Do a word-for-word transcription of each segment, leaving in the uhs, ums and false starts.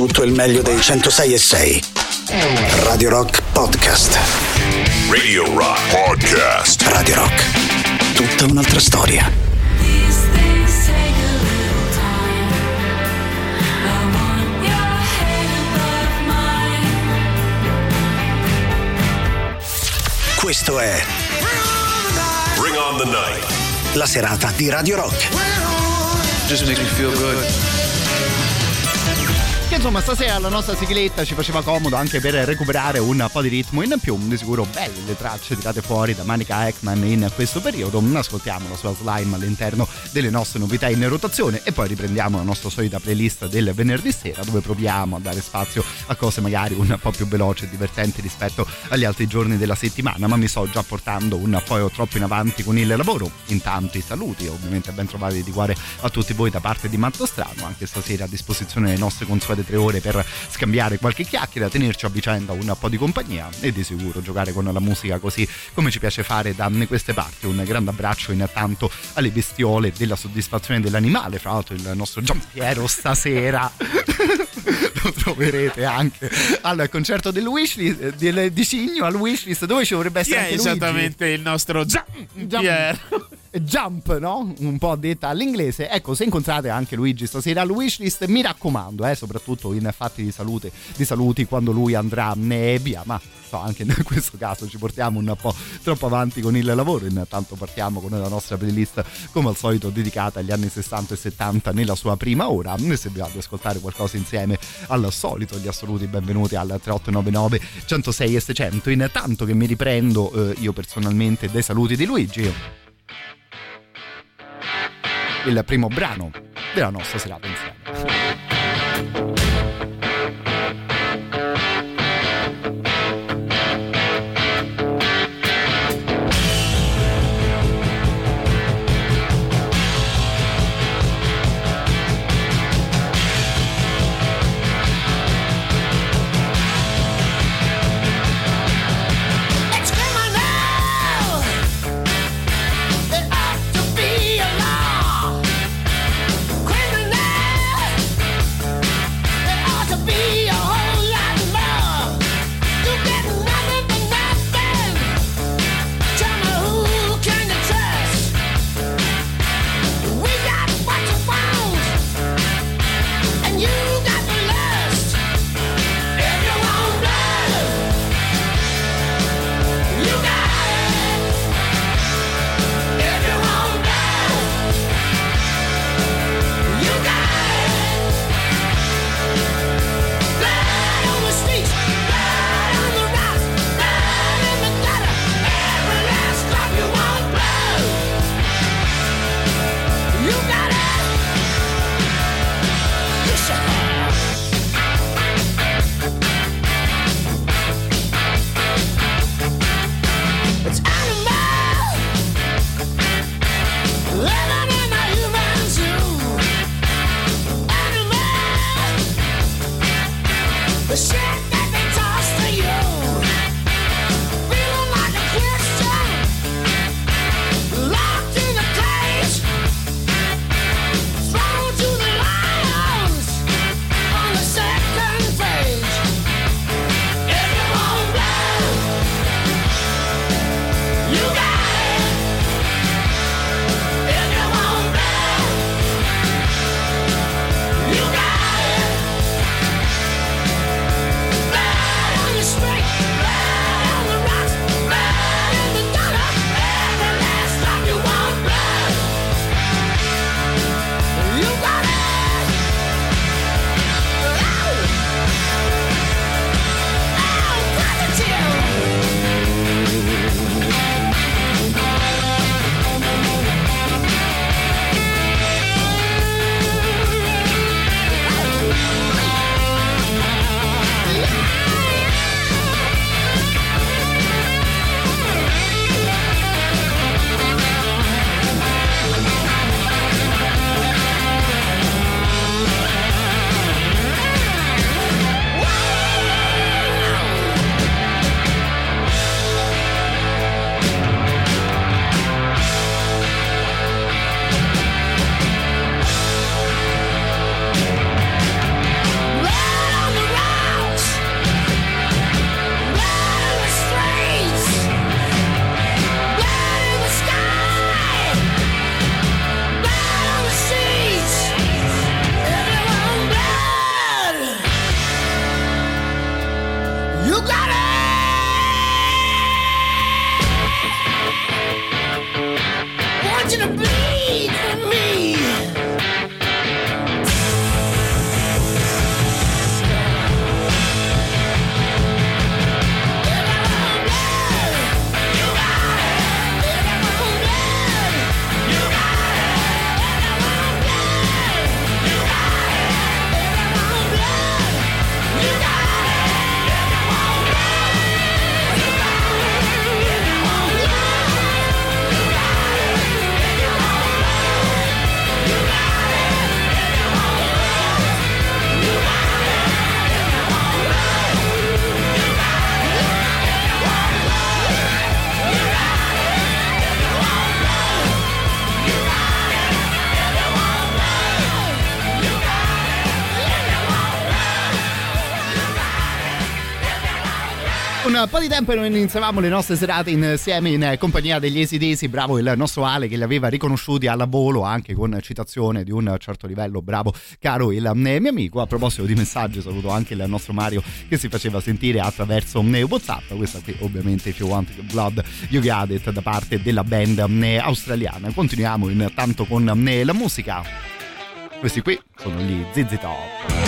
tutto il meglio dei centosei e sei. Radio Rock Podcast. Radio Rock Podcast. Radio Rock. Tutta un'altra storia. Questo è Bring on the night. La serata di Radio Rock. Just makes me feel good. Che insomma stasera la nostra sigletta ci faceva comodo anche per recuperare un po' di ritmo in più. Di sicuro belle le tracce tirate fuori da Monica Ekman in questo periodo. Ascoltiamo la sua Slime all'interno delle nostre novità in rotazione e poi riprendiamo la nostra solita playlist del venerdì sera, dove proviamo a dare spazio a cose magari un po' più veloci e divertenti rispetto agli altri giorni della settimana, ma mi sto già portando un po' troppo in avanti con il lavoro. Intanto i saluti ovviamente ben trovati di cuore a tutti voi da parte di Matto Strano, anche stasera a disposizione le nostre consuete tre ore per scambiare qualche chiacchiera, tenerci a vicenda un po' di compagnia e di sicuro giocare con la musica così come ci piace fare da queste parti. Un grande abbraccio intanto alle bestiole della soddisfazione dell'animale, fra l'altro il nostro Giampiero stasera lo troverete anche al concerto del Wishlist del, di Cigno al Wishlist, dove ci dovrebbe essere Chi anche è esattamente Luigi. Il nostro Giampiero? Jump, no? Un po' detta all'inglese. Ecco, se incontrate anche Luigi stasera al Wishlist, mi raccomando, eh, soprattutto in fatti di salute, di saluti quando lui andrà via, ma so, anche in questo caso ci portiamo un po' troppo avanti con il lavoro. Intanto partiamo con la nostra playlist come al solito dedicata agli anni sessanta e settanta nella sua prima ora. Noi se vi va ad ascoltare qualcosa insieme al solito, gli assoluti benvenuti al tre otto nove nove centosei e seicento. Intanto che mi riprendo eh, io personalmente dai saluti di Luigi, il primo brano della nostra serata insieme. un po' di tempo noi iniziavamo le nostre serate insieme in compagnia degli A C D C. Bravo il nostro Ale che li aveva riconosciuti alla volo, anche con citazione di un certo livello. Bravo caro il mio amico. A proposito di messaggi, saluto anche il nostro Mario che si faceva sentire attraverso WhatsApp. Questa qui ovviamente If You Want Blood You Got It da parte della band australiana. Continuiamo intanto con la musica. Questi qui sono gli Z Z Top.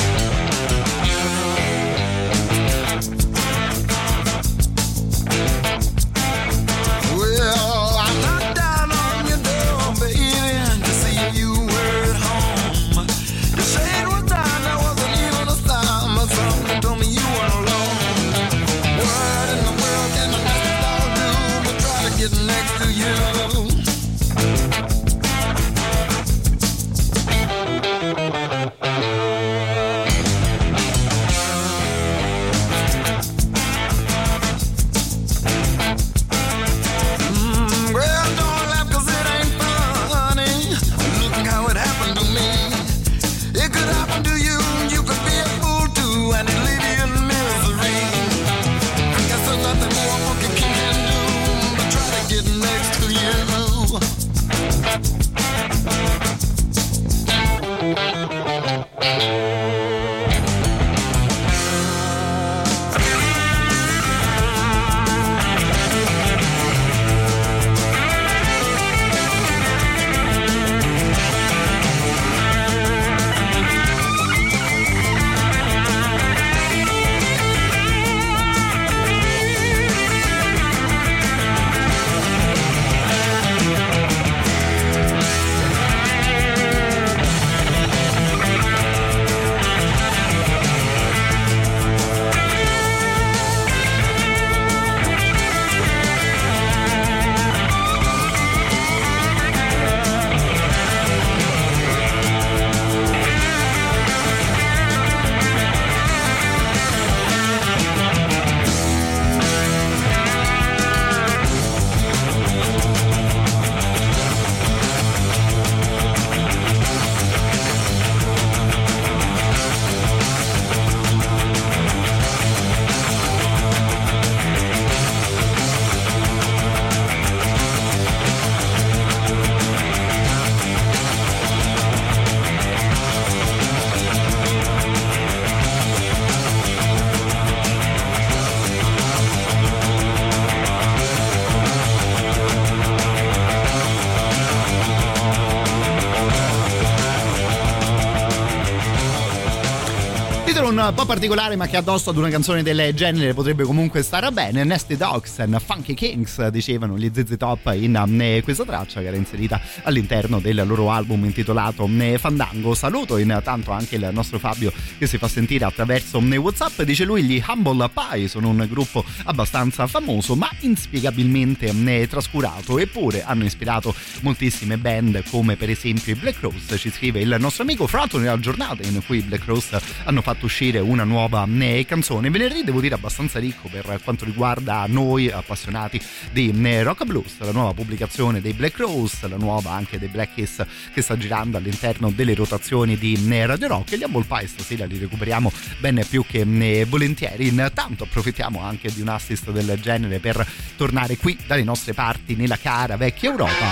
Un po' particolare, ma che addosso ad una canzone del genere potrebbe comunque stare bene. Nasty Dogs and Funky Kings, dicevano gli Z Z Top in um, questa traccia che era inserita all'interno del loro album intitolato um, Fandango. Saluto intanto anche il nostro Fabio che si fa sentire attraverso um, WhatsApp. Dice lui: gli Humble Pie sono un gruppo abbastanza famoso ma inspiegabilmente um, trascurato, eppure hanno ispirato moltissime band come per esempio i Black Crowes. Ci scrive il nostro amico. Fra l'altro nella giornata in cui i Black Crowes hanno fatto uscire una nuova eh, canzone, venerdì devo dire abbastanza ricco per quanto riguarda noi appassionati di eh, rock blues, la nuova pubblicazione dei Black Crowes, la nuova anche dei Black Keys che sta girando all'interno delle rotazioni di eh, Radio Rock, e gli Humble Pie stasera li recuperiamo ben più che eh, volentieri. Intanto approfittiamo anche di un assist del genere per tornare qui dalle nostre parti nella cara vecchia Europa.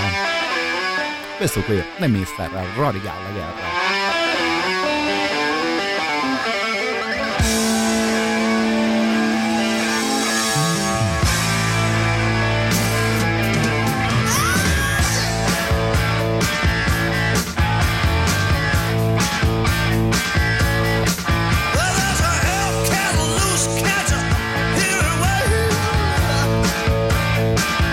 Questo qui è mister Rory Gallagher.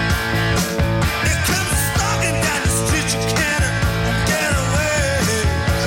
It comes stalking down the street, you can't get away.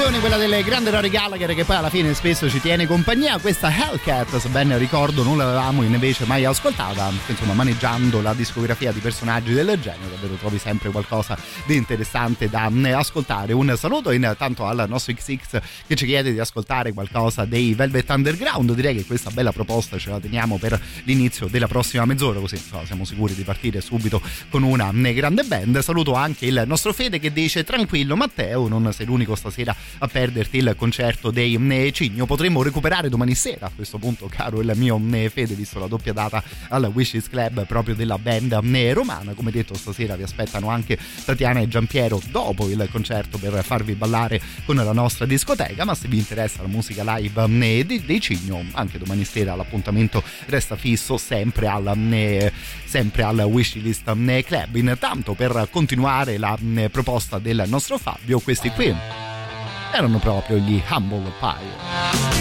canzone, quella del grande Rory Gallagher, che poi alla fine spesso ci tiene compagnia. Questa Hellcat, se ben ricordo, non l'avevamo invece mai ascoltata. Insomma, maneggiando la discografia di personaggi del genere, davvero trovi sempre qualcosa di interessante da ascoltare. Un saluto intanto al nostro X X che ci chiede di ascoltare qualcosa dei Velvet Underground. Direi che questa bella proposta ce la teniamo per l'inizio della prossima mezz'ora, così insomma, siamo sicuri di partire subito con una grande band. Saluto anche il nostro Fede che dice: tranquillo Matteo, non sei l'unico stasera a perderti il concerto dei Cigno, potremmo recuperare domani sera a questo punto, caro il mio Fede, visto la doppia data al Wishes Club proprio della band romana. Come detto, stasera vi aspettano anche Tatiana e Giampiero dopo il concerto per farvi ballare con la nostra discoteca, ma se vi interessa la musica live dei, dei Cigno, anche domani sera l'appuntamento resta fisso sempre al, sempre al Wishlist Club. Intanto, per continuare la proposta del nostro Fabio, questi qui erano proprio gli Humble Pie.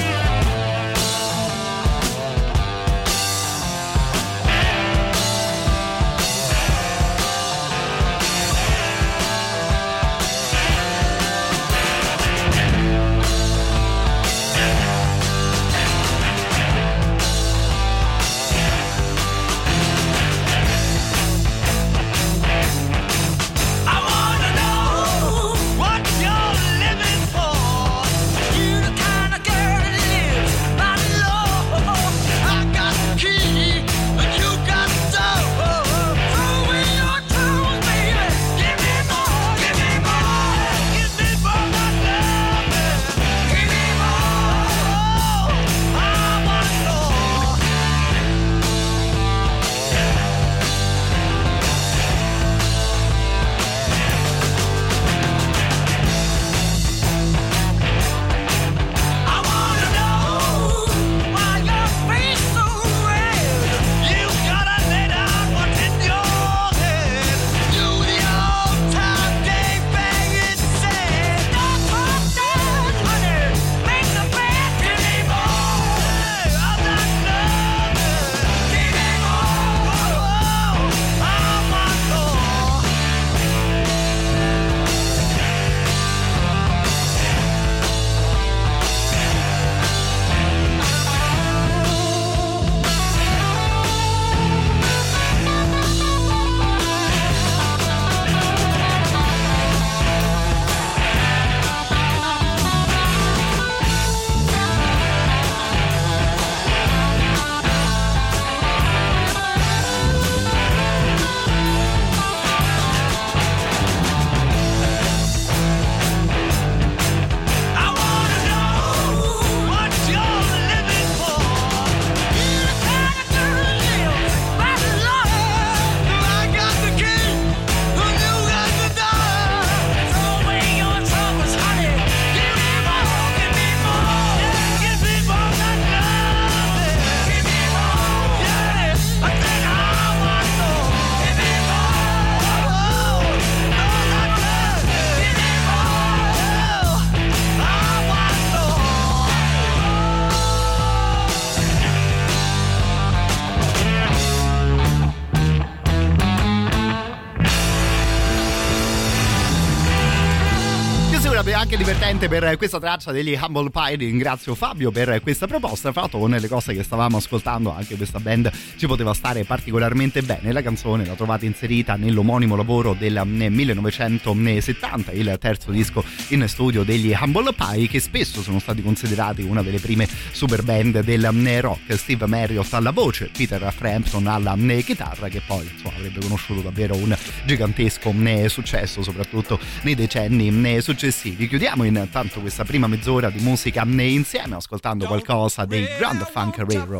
Anche divertente per questa traccia degli Humble Pie. Ringrazio Fabio per questa proposta. Fra l'altro, con le cose che stavamo ascoltando, anche questa band ci poteva stare particolarmente bene. La canzone la trovate inserita nell'omonimo lavoro del millenovecentosettanta, il terzo disco in studio degli Humble Pie, che spesso sono stati considerati una delle prime super band del rock. Steve Marriott alla voce, Peter Frampton alla chitarra, che poi insomma avrebbe conosciuto davvero un gigantesco successo, soprattutto nei decenni successivi. Chiudiamo intanto questa prima mezz'ora di musica insieme ascoltando qualcosa dei Grand Funk Railroad.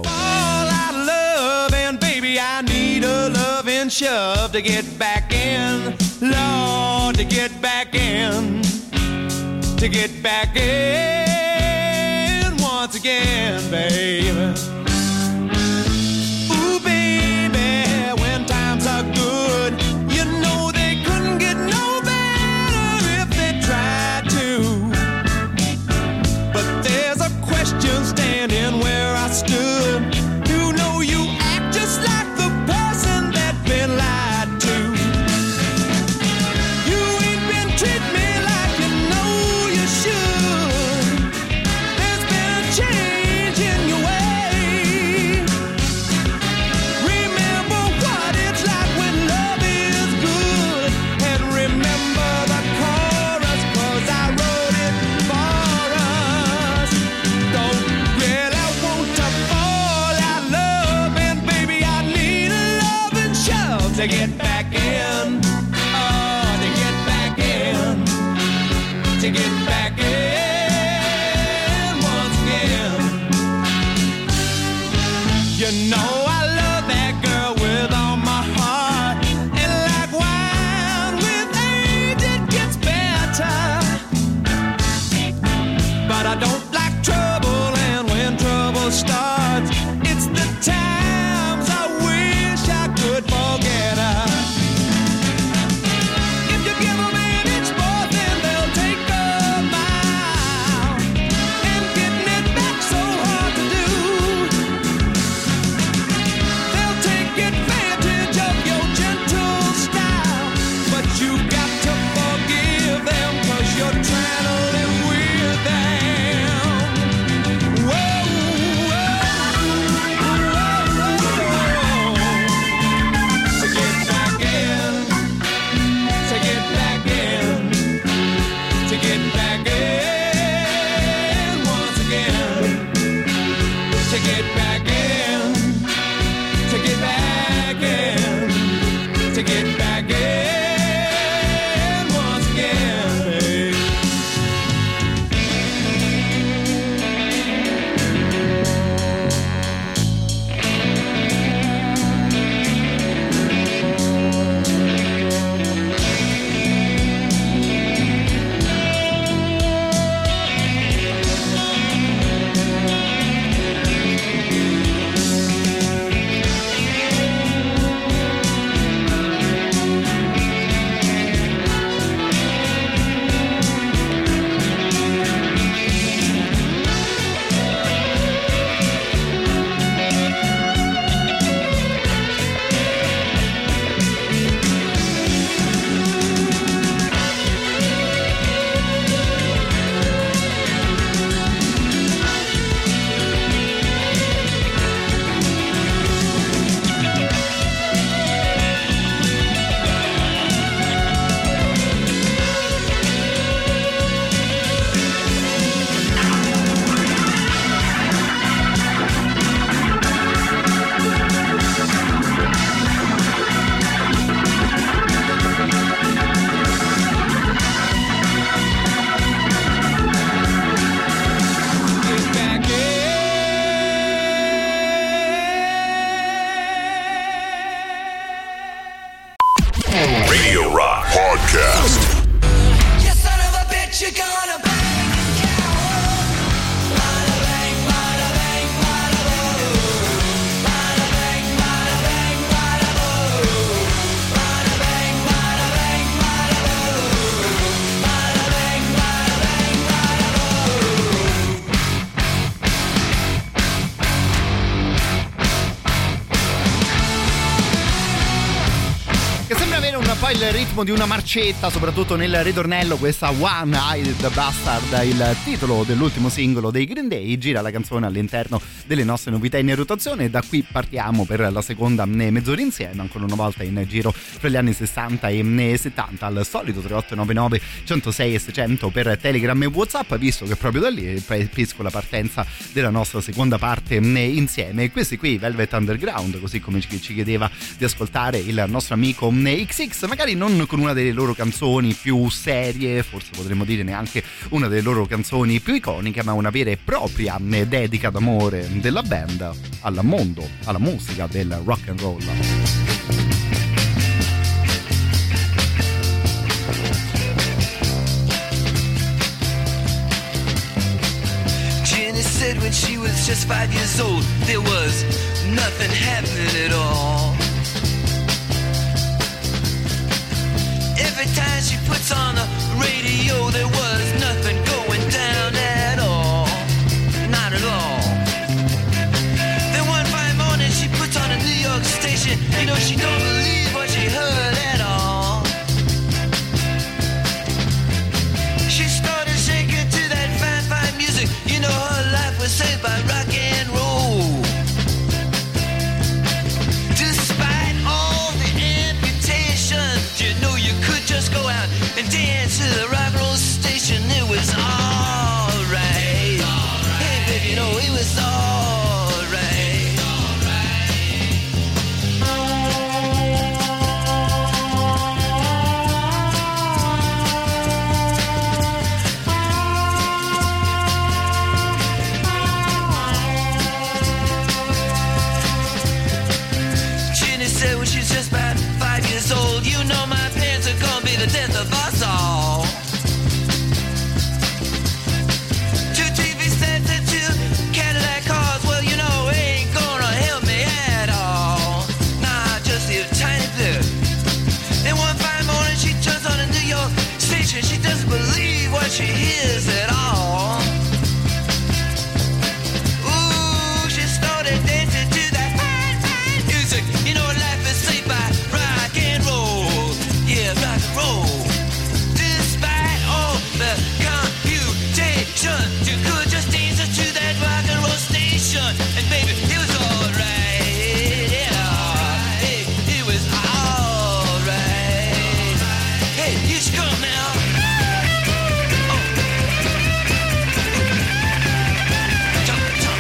Baby, I need a loving shove to get back in, Lord, to get back in, to get back in once again, baby. Ooh, baby, when times are good, you know they couldn't get no better if they tried to. But there's a question standing where I stood. You know you act just like the person that's been lied to. You ain't been treating me like you know you should. to get back in once again. You know I love that girl with all my heart, and like wine with age it gets better. But I don't like trouble, and when trouble starts, it's the times I wish I could forget her. If you give them an inch more, then they'll take a mile, and getting it back so hard to do. They'll take advantage of your gentle style, but you got to forgive them, 'cause you're trying to live with them. Whoa, whoa, whoa, whoa. To get back in, to get back in, to get back in once again. To get back in, to get back in, to get back in once again. Radio Rock Podcast. You son of a bitch, you're gonna bang, coward. Bada bang, bada bang, bada boo. Bada bang, bada bang, bada boo. Bada bang, bada bang, bada boo. Bada bang, bada bang, bada boo. Che sembra avere un po' il ritmo di una marcetta, soprattutto nel ritornello. Questa One Eyed Bastard, il titolo dell'ultimo singolo dei Green Day, gira la canzone all'interno delle nostre novità in rotazione, e da qui partiamo per la seconda mezz'ora insieme, ancora una volta in giro fra gli anni sessanta e settanta, al solito tre otto nove nove uno zero sei e seicento per Telegram e WhatsApp, visto che proprio da lì capisco la partenza della nostra seconda parte insieme. E questi qui, Velvet Underground, così come ci chiedeva di ascoltare il nostro amico X X, magari non con una delle loro canzoni più serie, forse potremmo dire neanche una delle loro canzoni più iconiche, ma una vera e propria dedica d'amore della band al mondo, alla musica del rock and roll. Jenny said when she was just five years old, there was nothing happening at all. Every time she puts on the radio, there was nothing going down at all. Not at all. Then one fine morning she puts on a New York station. You know, she don't believe what she heard at all. She started shaking to that fine, fine music. You know, her life was saved by rock and roll. Despite all the amputations, you know, you could just go out and dance station, she doesn't believe what she hears at all. Ooh, she started dancing to that fine, fine music. You know life is saved by rock and roll. Yeah, rock and roll. Despite all the confusion, you could just dance to that rock and roll station. And baby, it was alright. Yeah, hey, it was alright. Hey, you should come now. Oh. Jump, jump.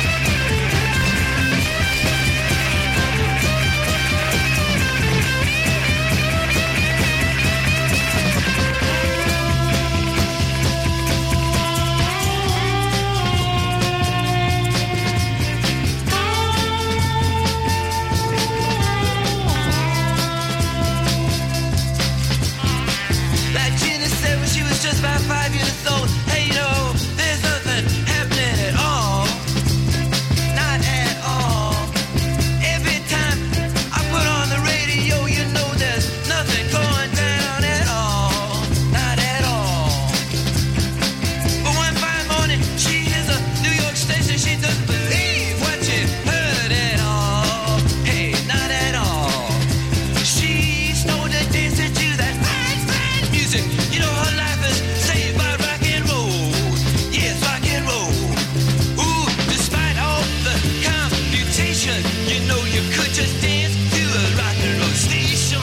Like Gina said when she was just about five years old, hey, you know, there's nothing happening at all. Not at all. Every time I put on the radio, you know there's nothing going down at all. Not at all. But one fine morning, she hears a New York station, she doesn't believe what she heard at all. Hey, not at all. She started dancing to that fine, fine music. You know her life is saved by rock and roll. Yes, rock and roll. Ooh, despite all the computation, you know you could just dance to a rock and roll station.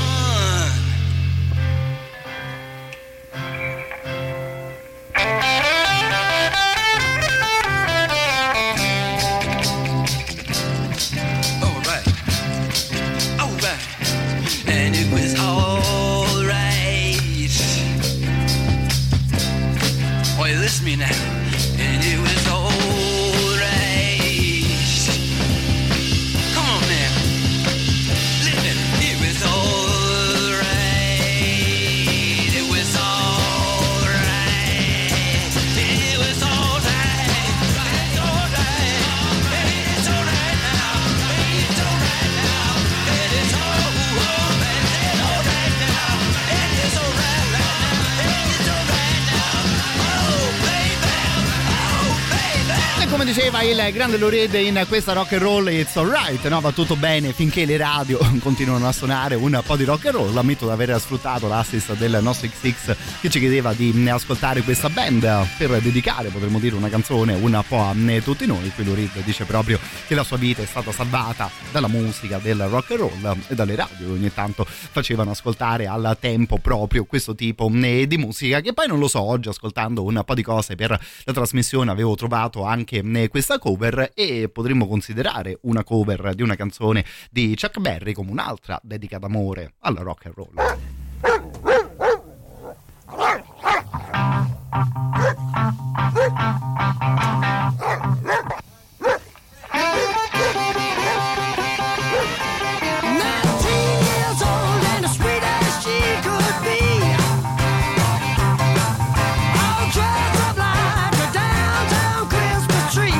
Alright, alright, and it was alright. Oh, you listen to me now, and it was alright. Come on now, listen, it was alright. It was alright. It was alright. It's alright. It's alright now. It's alright now. It is alright. It's alright now. It is alright now. It's alright now. Oh baby, oh baby. E come diceva il grande Lou Reed in questa rock and roll, it's alright, no? Va tutto bene finché le radio continuano a suonare un po' di rock and roll. Ammetto di aver sfruttato l'assist del nostro X X che ci chiedeva di ascoltare questa band per dedicare, potremmo dire, una canzone un po' a tutti noi. Qui Lou Reed dice proprio che la sua vita è stata salvata dalla musica del rock and roll e dalle radio che ogni tanto facevano ascoltare al tempo proprio questo tipo di musica, che poi non lo so, oggi ascoltando un po' di cose per la trasmissione avevo trovato anche questa cover e potremmo considerare una cover di una canzone di Chuck Berry come un'altra dedica d'amore al rock and roll. nineteen years old and as sweet as she could be. All dressed up like a downtown Christmas tree.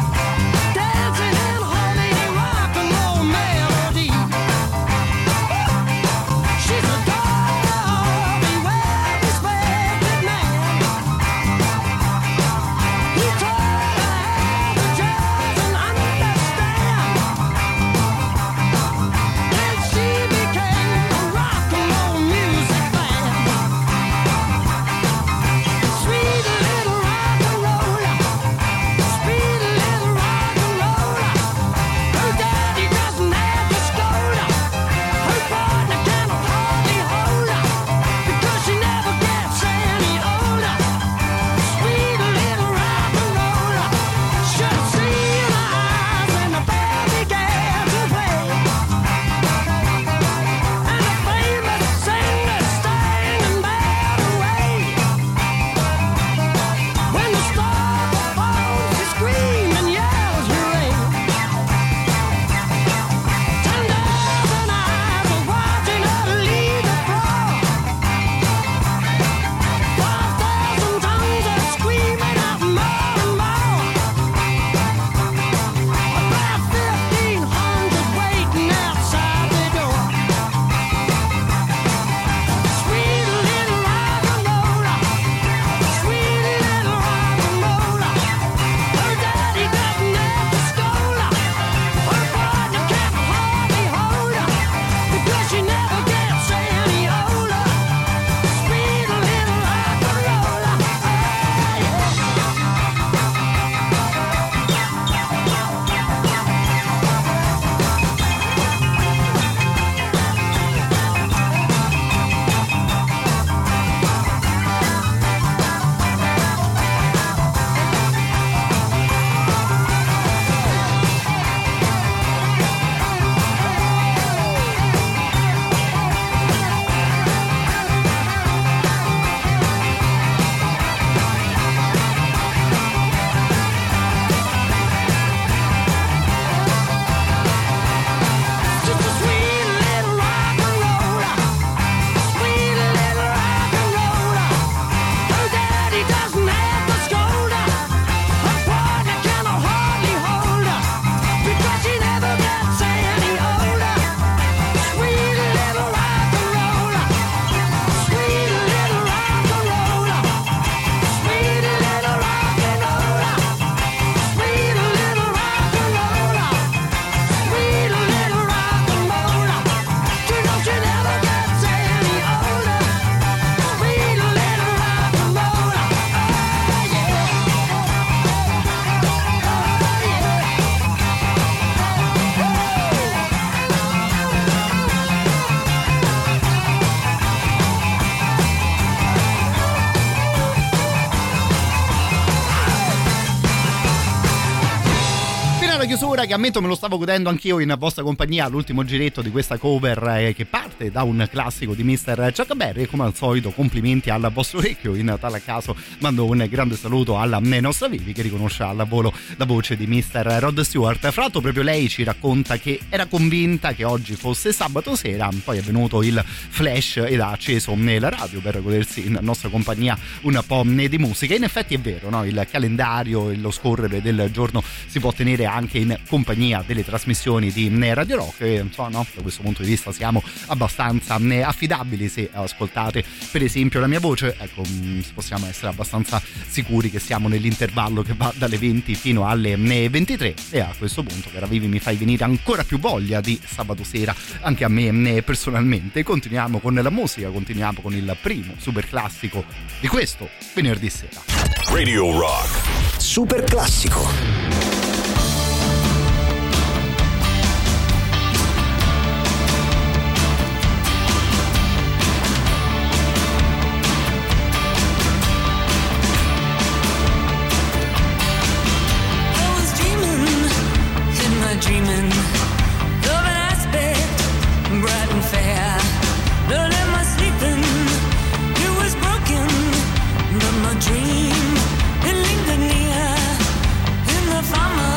Dancing in a honey rock and roll melody. alla chiusura, che ammetto me lo stavo godendo anch'io in vostra compagnia, l'ultimo giretto di questa cover eh, che parte da un classico di mister Chuck Berry. Come al solito complimenti al vostro orecchio, in tale caso mando un grande saluto alla nostra Vivi che riconosce al volo la voce di mister Rod Stewart. Fra l'altro proprio lei ci racconta che era convinta che oggi fosse sabato sera, poi è venuto il flash ed ha acceso la radio per godersi in nostra compagnia un po' di musica. In effetti è vero, no? Il calendario e lo scorrere del giorno si può tenere anche in compagnia delle trasmissioni di Radio Rock e insomma, no? Da questo punto di vista siamo abbastanza affidabili. Se ascoltate per esempio la mia voce, ecco, possiamo essere abbastanza sicuri che siamo nell'intervallo che va dalle venti fino alle ventitré, e a questo punto, cara Vivi, mi fai venire ancora più voglia di sabato sera anche a me personalmente. Continuiamo con la musica, continuiamo con il primo super classico di questo venerdì sera. Radio Rock Super classico. Dreaming of an aspect bright and fair. Not in my sleeping, it was broken, but my dream, it lingered near in the farmer.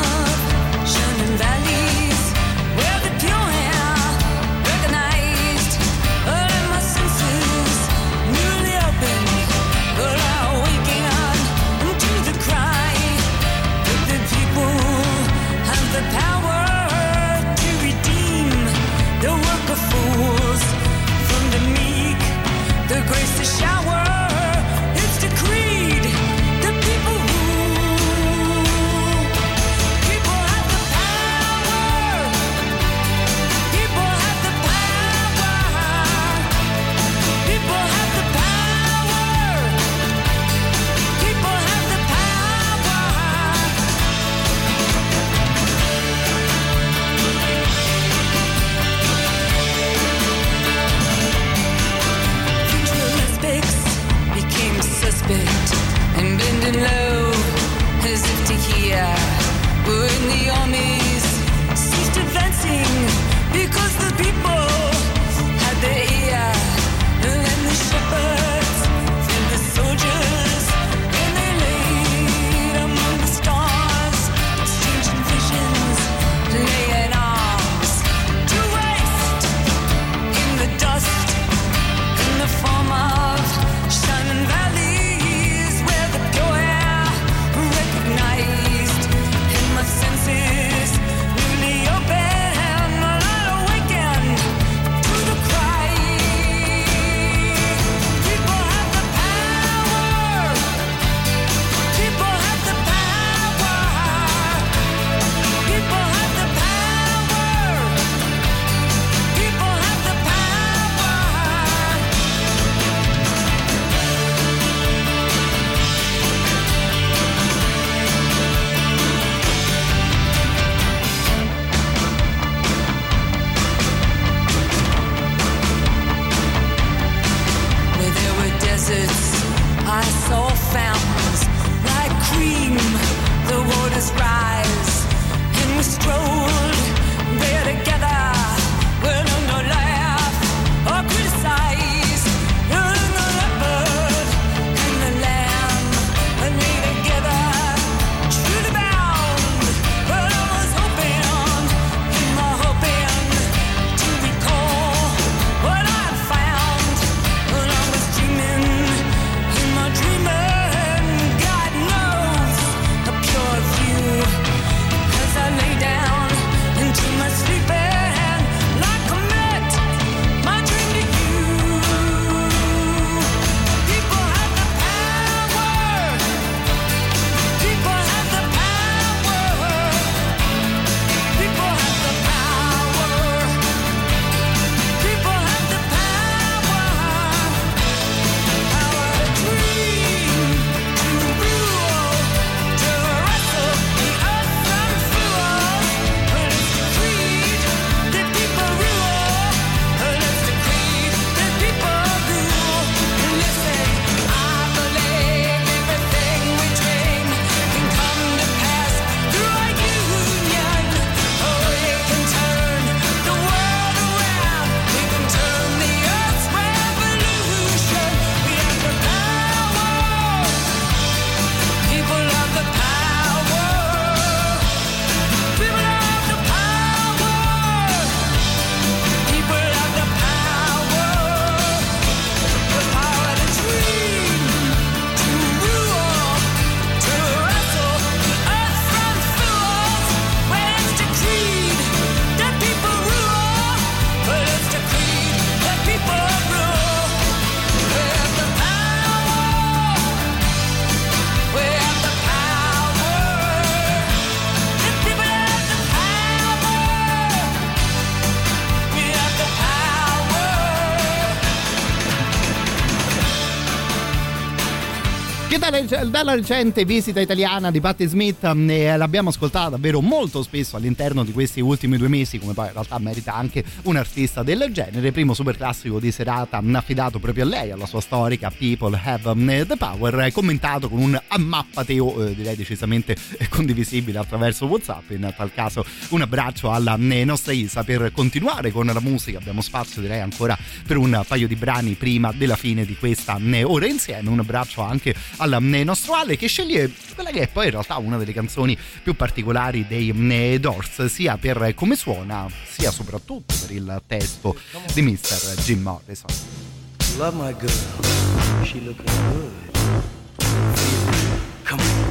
che dalla, dalla recente visita italiana di Patti Smith eh, l'abbiamo ascoltata davvero molto spesso all'interno di questi ultimi due mesi, come poi in realtà merita anche un artista del genere. Primo super classico di serata affidato proprio a lei, alla sua storica People Have the Power, commentato con un ammappateo eh, direi decisamente condivisibile attraverso WhatsApp. In tal caso un abbraccio alla nostra Isa. Per continuare con la musica abbiamo spazio direi ancora per un paio di brani prima della fine di questa ora insieme. Un abbraccio anche al nostro Ale, che sceglie quella che è poi in realtà una delle canzoni più particolari dei Doors, sia per come suona sia soprattutto per il testo di mister Jim Morrison. Love my girl, she looking good. Come on.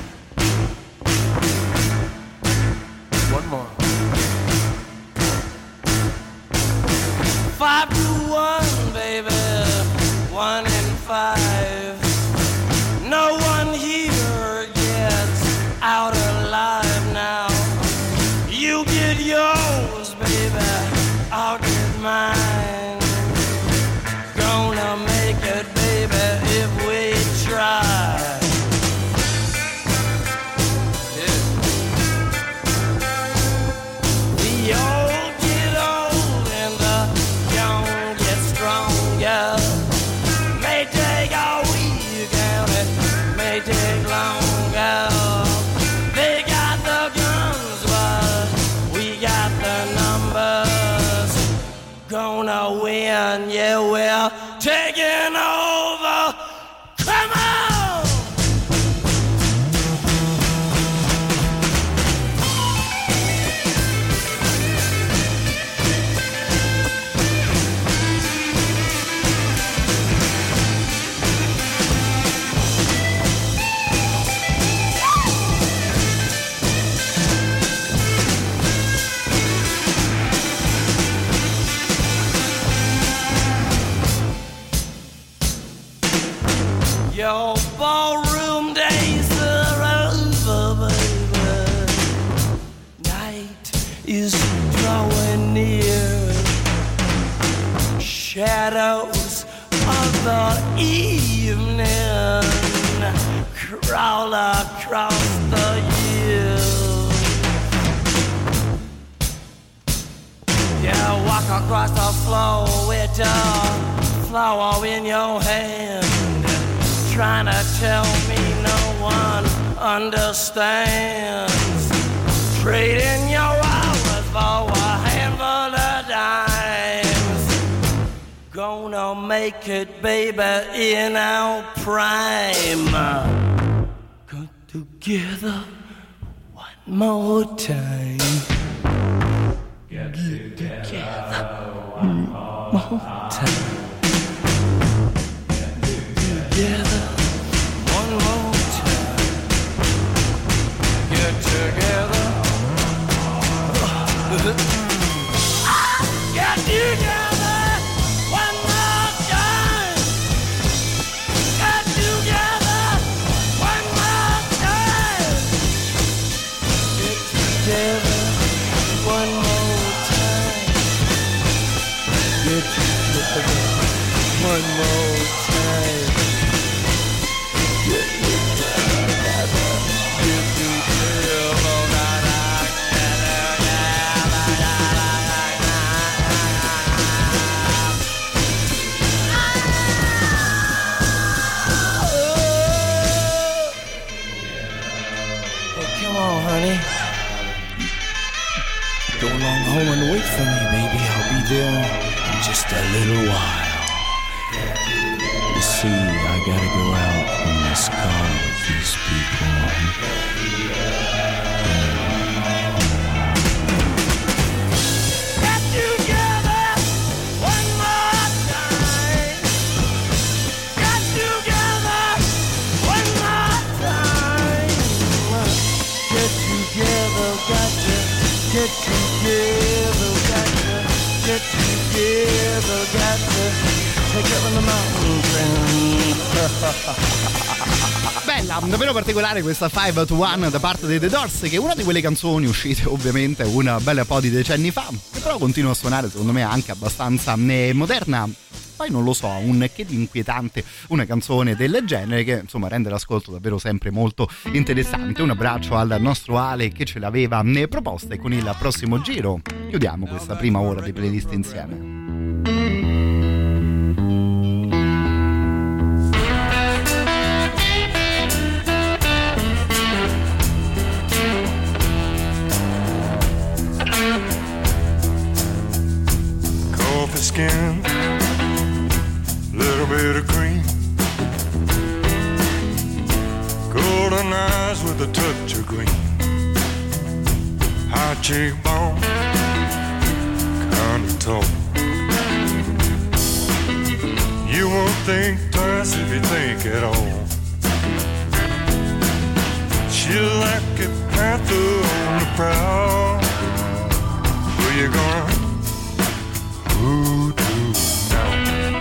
One more. Five to one, baby. One in five. No one here gets out alive now. You get yours, baby. I'll get mine. Gonna make it, baby, if we try. Yeah. The old get old and the young get stronger. May take a week and it may take longer. They got the guns, but we got the numbers. Gonna win, yeah, we're taking over. Come on! Your ballroom days are over, baby. Night is drawing near. Shadows of the evening crawl across the hills. Yeah, walk across the floor with a flower in your hand. Trying to tell me no one understands. Trading your hours for a handful of dimes. Gonna make it, baby, in our prime. Come together one more time. Get together one more time. Together, one more time. Get together. Get together, one more time. Get together, one more time. Get together, one more time. Get together, one more time. Honey, go along home and wait for me, baby. I'll be there in just a little while. You see, I gotta go out in this car with these people. Get together one more time. Get together one more time. Get together, got to get together, got to get together, got to take up in the mountains. Bella, davvero particolare questa five to one da parte dei The Doors, che è una di quelle canzoni uscite ovviamente un bel po' di decenni fa, che però continua a suonare secondo me anche abbastanza moderna. poi non lo so, un che di inquietante una canzone del genere che insomma rende l'ascolto davvero sempre molto interessante. Un abbraccio al nostro Ale che ce l'aveva proposta, e con il prossimo giro chiudiamo questa prima ora di playlist insieme. Coffee skin, little bit of cream, golden eyes with a touch of green, high cheekbone, kind of tall. You won't think twice if you think at all. She like a panther on the prowl. Where you gonna voodoo now?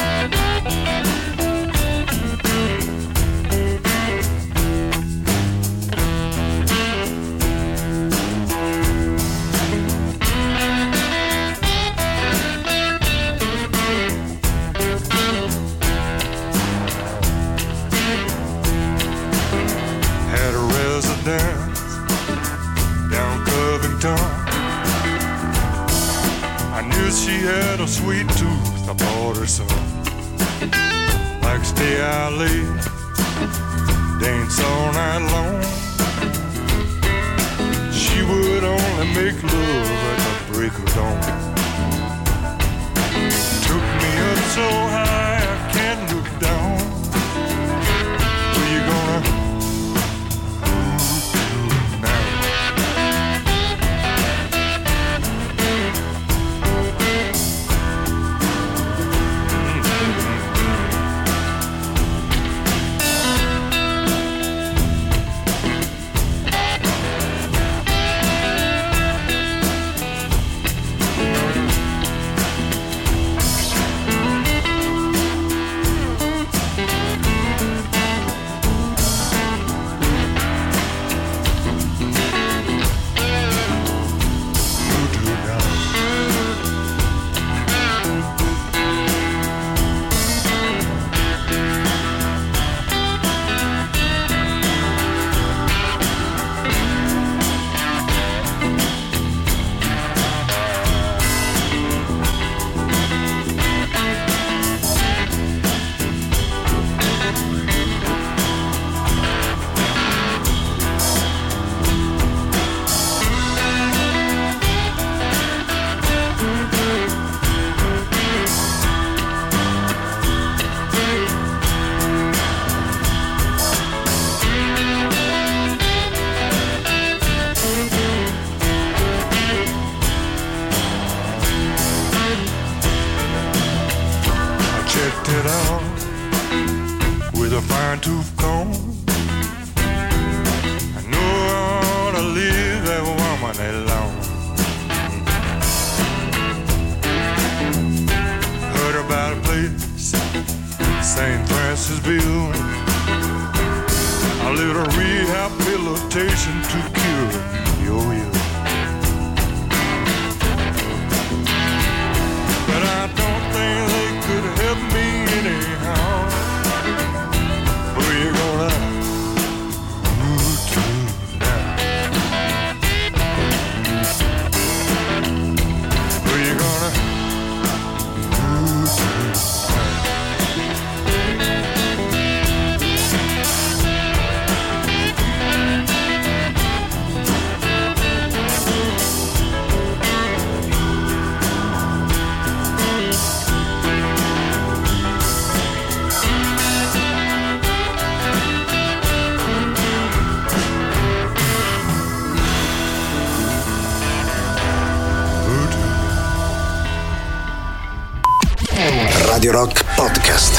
Down Covington, I knew she had a sweet tooth. I bought her some. Like to stay out late, dance all night long. She would only make love at the break of dawn. Took me up so high I can't look down. Where you gonna? Radio Rock Podcast.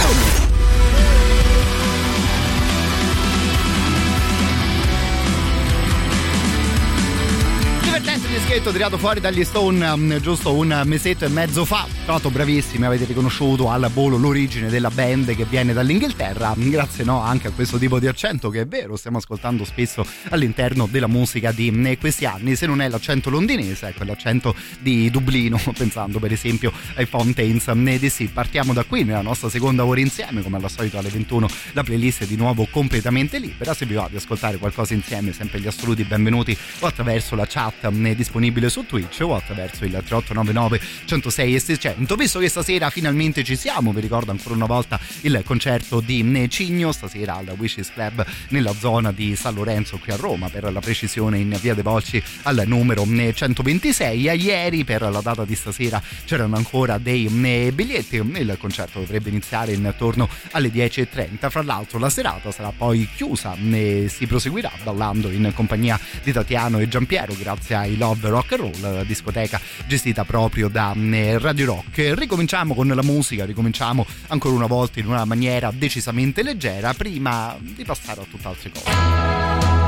Divertente dischetto dischetto tirato fuori dagli Stone giusto un mesetto e mezzo fa. Tra l'altro bravissimi, avete riconosciuto al volo l'origine della band che viene dall'Inghilterra, grazie no anche a questo tipo di accento che è vero, stiamo ascoltando spesso all'interno della musica di questi anni. Se non è l'accento londinese, ecco l'accento di Dublino, pensando per esempio ai Fountains D C. Partiamo da qui nella nostra seconda ora insieme, come al solito alle ventuno la playlist è di nuovo completamente libera. Se vi va di ascoltare qualcosa insieme, sempre gli assoluti benvenuti, o attraverso la chat disponibile su Twitch o attraverso il tre otto nove nove uno zero sei e seicento. Visto che stasera finalmente ci siamo, vi ricordo ancora una volta il concerto di Cigno stasera al Wishes Club nella zona di San Lorenzo qui a Roma, per la precisione in via De Volci al numero centoventisei. A ieri per la data di stasera c'erano ancora dei biglietti, il concerto dovrebbe iniziare intorno alle dieci e trenta. Fra l'altro la serata sarà poi chiusa e si proseguirà ballando in compagnia di Tatiano e Giampiero grazie ai Love Rock and Roll, la discoteca gestita proprio da Radio Rock. Ricominciamo con la musica, ricominciamo ancora una volta in una maniera decisamente leggera prima di passare a tutt'altre cose.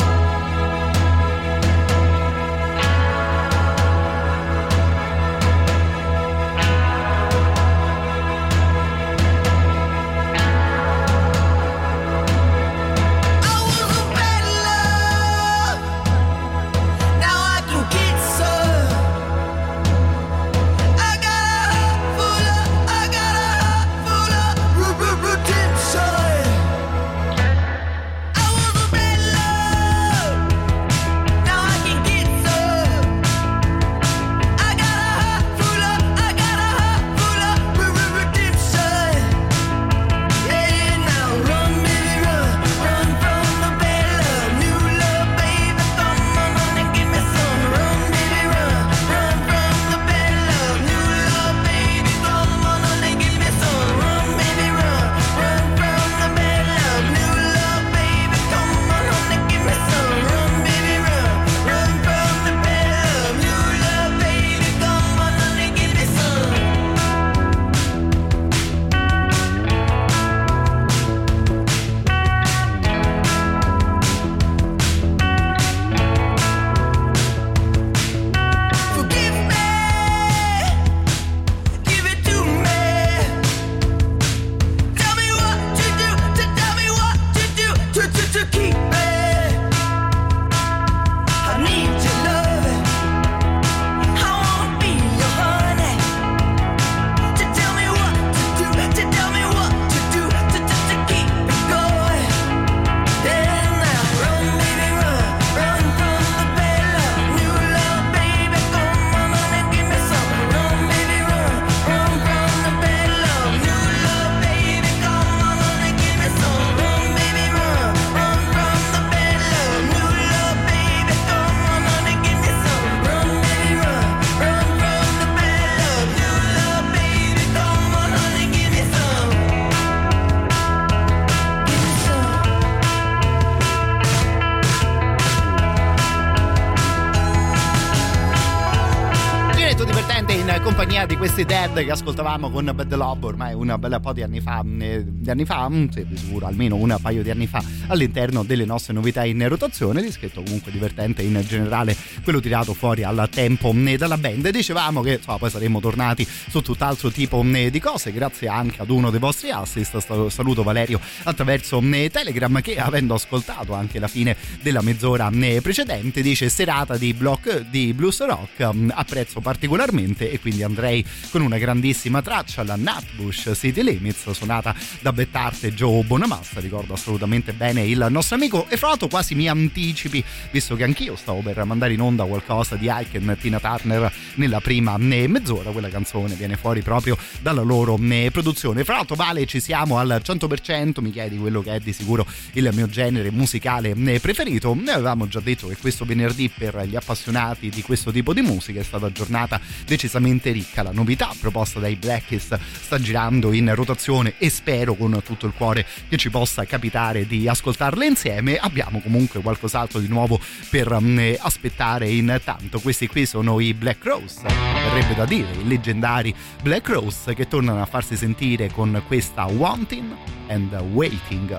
Di questi Dead che ascoltavamo con Bad Love ormai una bella po' di anni fa, eh, di anni fa, sì, di sicuro almeno un paio di anni fa, all'interno delle nostre novità in rotazione. Dischetto comunque divertente in generale, quello tirato fuori al tempo eh, dalla band. Dicevamo che insomma, poi saremmo tornati su tutt'altro tipo eh, di cose, grazie anche ad uno dei vostri assist. Saluto Valerio attraverso eh, Telegram, che avendo ascoltato anche la fine della mezz'ora eh, precedente dice: serata di block di blues rock, eh, apprezzo particolarmente, e quindi andrei con una grandissima traccia, la Nutbush City Limits, suonata da Bettart e Joe Bonamassa. Ricordo assolutamente bene il nostro amico, e fra l'altro quasi mi anticipi, visto che anch'io stavo per mandare in onda qualcosa di Ike e Tina Turner nella prima mezz'ora. Quella canzone viene fuori proprio dalla loro produzione. Fra l'altro, Vale, ci siamo al cento per cento, mi chiedi quello che è di sicuro il mio genere musicale preferito. Ne avevamo già detto che questo venerdì, per gli appassionati di questo tipo di musica, è stata giornata decisamente ricca. La novità proposta dai Blackest sta girando in rotazione e spero con tutto il cuore che ci possa capitare di ascoltarle insieme. Abbiamo comunque qualcos'altro di nuovo per um, aspettare intanto. Questi qui sono i Black Crowes, verrebbe da dire i leggendari Black Crowes, che tornano a farsi sentire con questa Wanting and Waiting.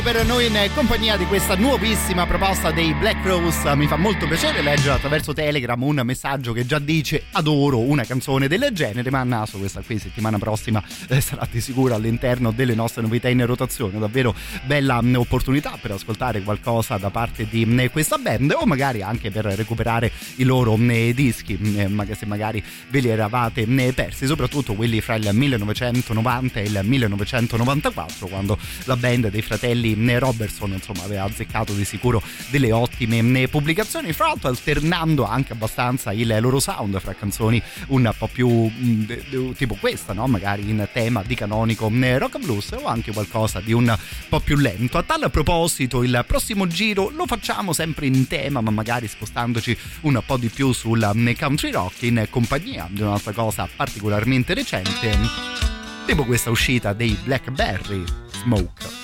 per noi in compagnia di questa nuovissima proposta dei Black Rose. Mi fa molto piacere leggere attraverso Telegram un messaggio che già dice adoro una canzone del genere, ma a naso questa qui settimana prossima eh, sarà di sicuro all'interno delle nostre novità in rotazione. Davvero bella mh, opportunità per ascoltare qualcosa da parte di mh, questa band, o magari anche per recuperare i loro mh, dischi, mh, ma che se magari ve li eravate mh, persi, soprattutto quelli fra il millenovecentonovanta e il millenovecentonovantaquattro, quando la band dei fratelli Robertson insomma aveva azzeccato di sicuro delle ottime pubblicazioni, fra l'altro alternando anche abbastanza il loro sound fra canzoni un po' più mh, tipo questa, no? Magari in tema di canonico rock blues, o anche qualcosa di un po' più lento. A tal proposito, il prossimo giro lo facciamo sempre in tema, ma magari spostandoci un po' di più sul country rock, in compagnia di un'altra cosa particolarmente recente, tipo questa uscita dei Blackberry Smoke.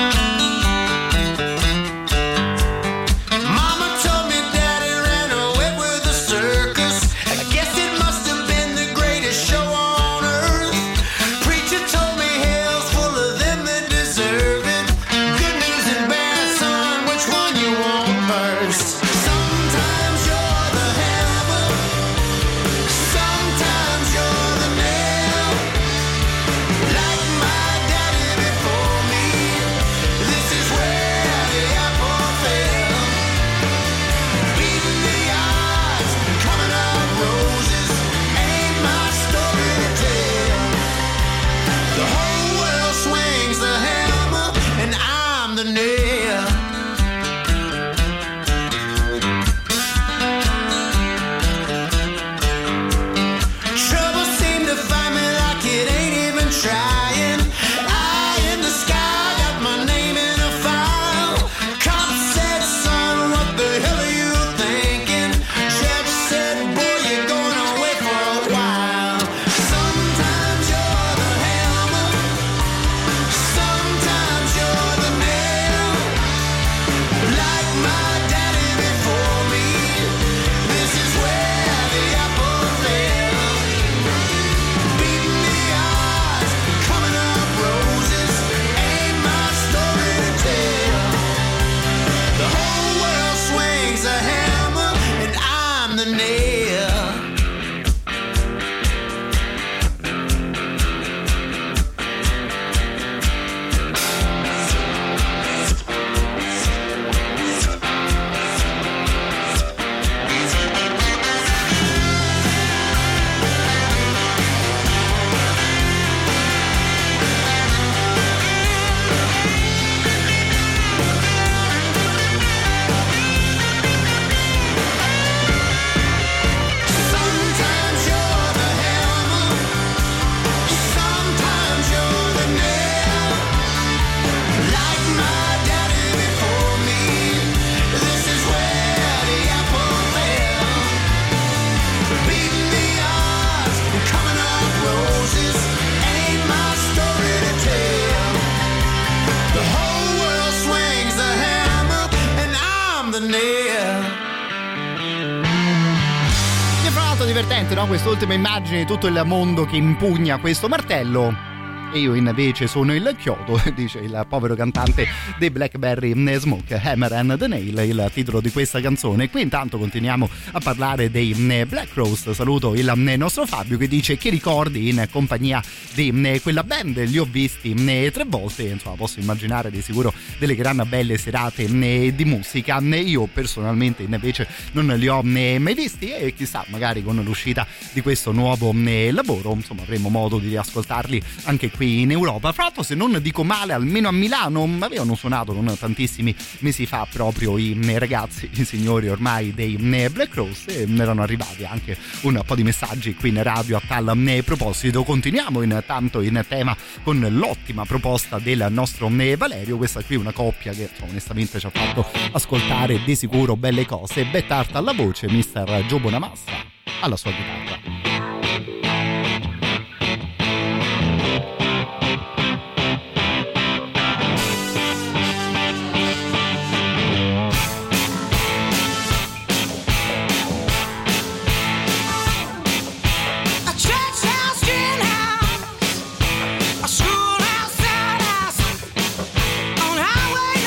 Divertente, no? Quest'ultima immagine di tutto il mondo che impugna questo martello. E io invece sono il chiodo, dice il povero cantante dei Blackberry Smoke, Hammer and the Nail, il titolo di questa canzone. Qui intanto continuiamo a parlare dei Black Rose. Saluto il nostro Fabio che dice che ricordi in compagnia di quella band, li ho visti tre volte, insomma posso immaginare di sicuro delle gran belle serate di musica. Io personalmente invece non li ho mai visti, e chissà, magari con l'uscita di questo nuovo lavoro insomma avremo modo di riascoltarli anche qui in Europa. Fra l'altro, se non dico male, almeno a Milano avevano suonato non tantissimi mesi fa proprio i ragazzi, i signori ormai dei Black Rose, e erano arrivati anche un po' di messaggi qui in radio a tal proposito. Continuiamo intanto in tema con l'ottima proposta del nostro Valerio. Questa qui è una coppia che insomma, onestamente ci ha fatto ascoltare di sicuro belle cose. Bettarta alla voce, mister Joe Bonamassa alla sua chitarra. Highway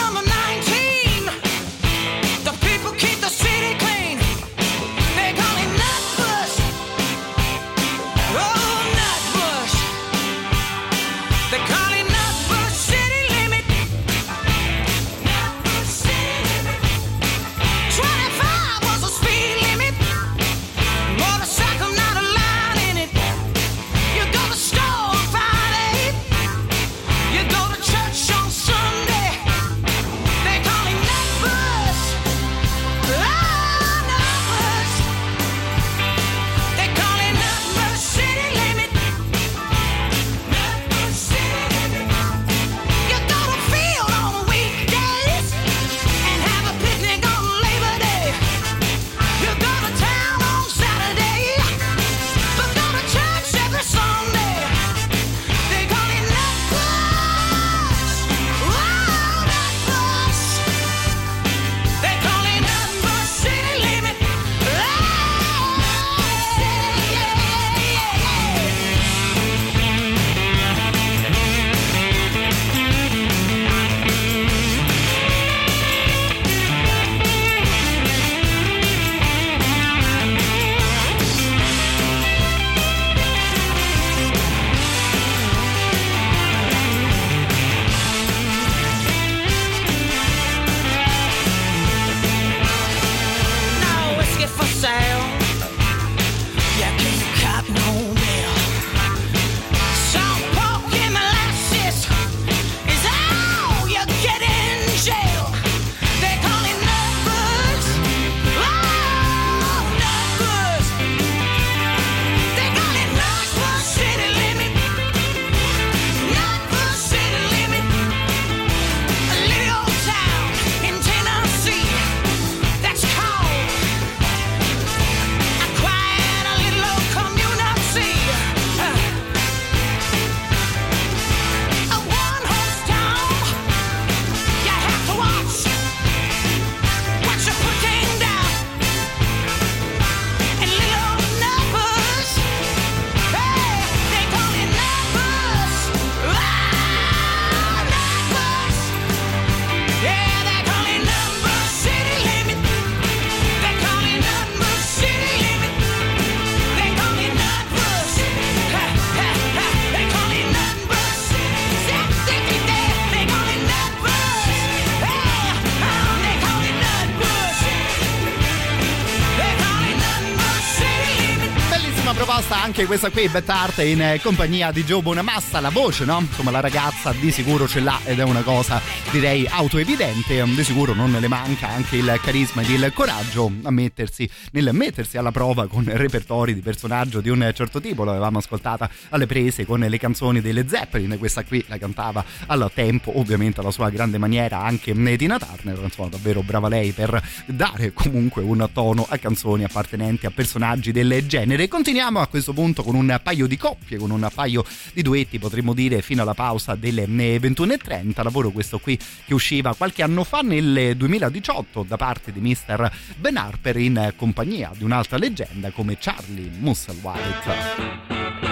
proposta anche questa qui, Beth Hart in compagnia di Joe Bonamassa. La voce, no? Insomma, la ragazza di sicuro ce l'ha ed è una cosa direi autoevidente. Di sicuro non le manca anche il carisma ed il coraggio a mettersi nel mettersi alla prova con repertori di personaggio di un certo tipo. L'avevamo ascoltata alle prese con le canzoni delle Zeppelin, questa qui la cantava al tempo, ovviamente alla sua grande maniera, anche Tina Turner. Insomma, davvero brava lei per dare comunque un tono a canzoni appartenenti a personaggi del genere. Continuiamo a questo punto con un paio di coppie, con un paio di duetti, potremmo dire, fino alla pausa delle ventuno e trenta. Lavoro questo qui che usciva qualche anno fa, nel duemiladiciotto, da parte di mister Ben Harper in compagnia di un'altra leggenda come Charlie Musselwhite.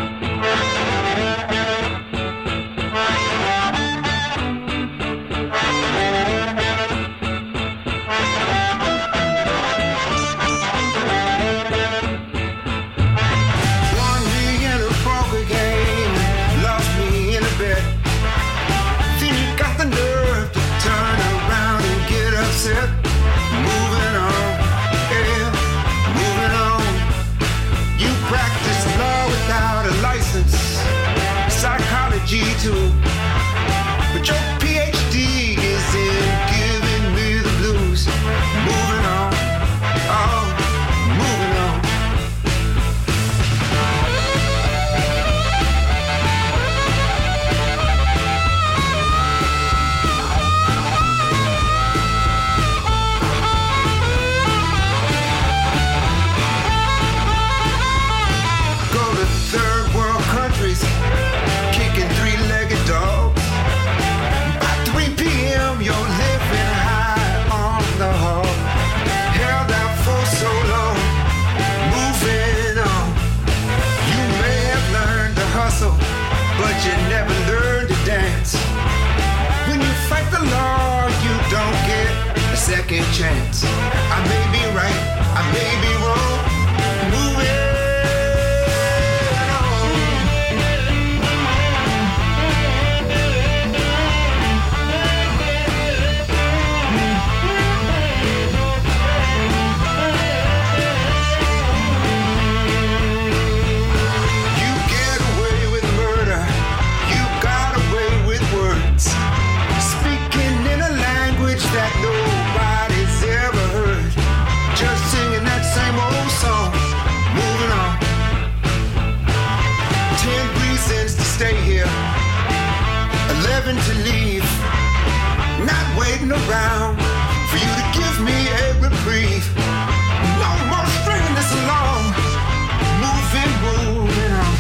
Too. But your P H D is in giving me the blues. Moving on, oh, moving on. Go to third world countries, kicking three-legged dogs. By three p.m. you're living high on the hog. Held out for so long, moving on. You may have learned to hustle, but you never learned to dance. When you fight the law, you don't get a second chance. I may be right, I may be wrong, moving. That nobody's ever heard. Just singing that same old song. Moving on. Ten reasons to stay here, eleven to leave. Not waiting around for you to give me a reprieve. No more stringing this along. Moving, moving on.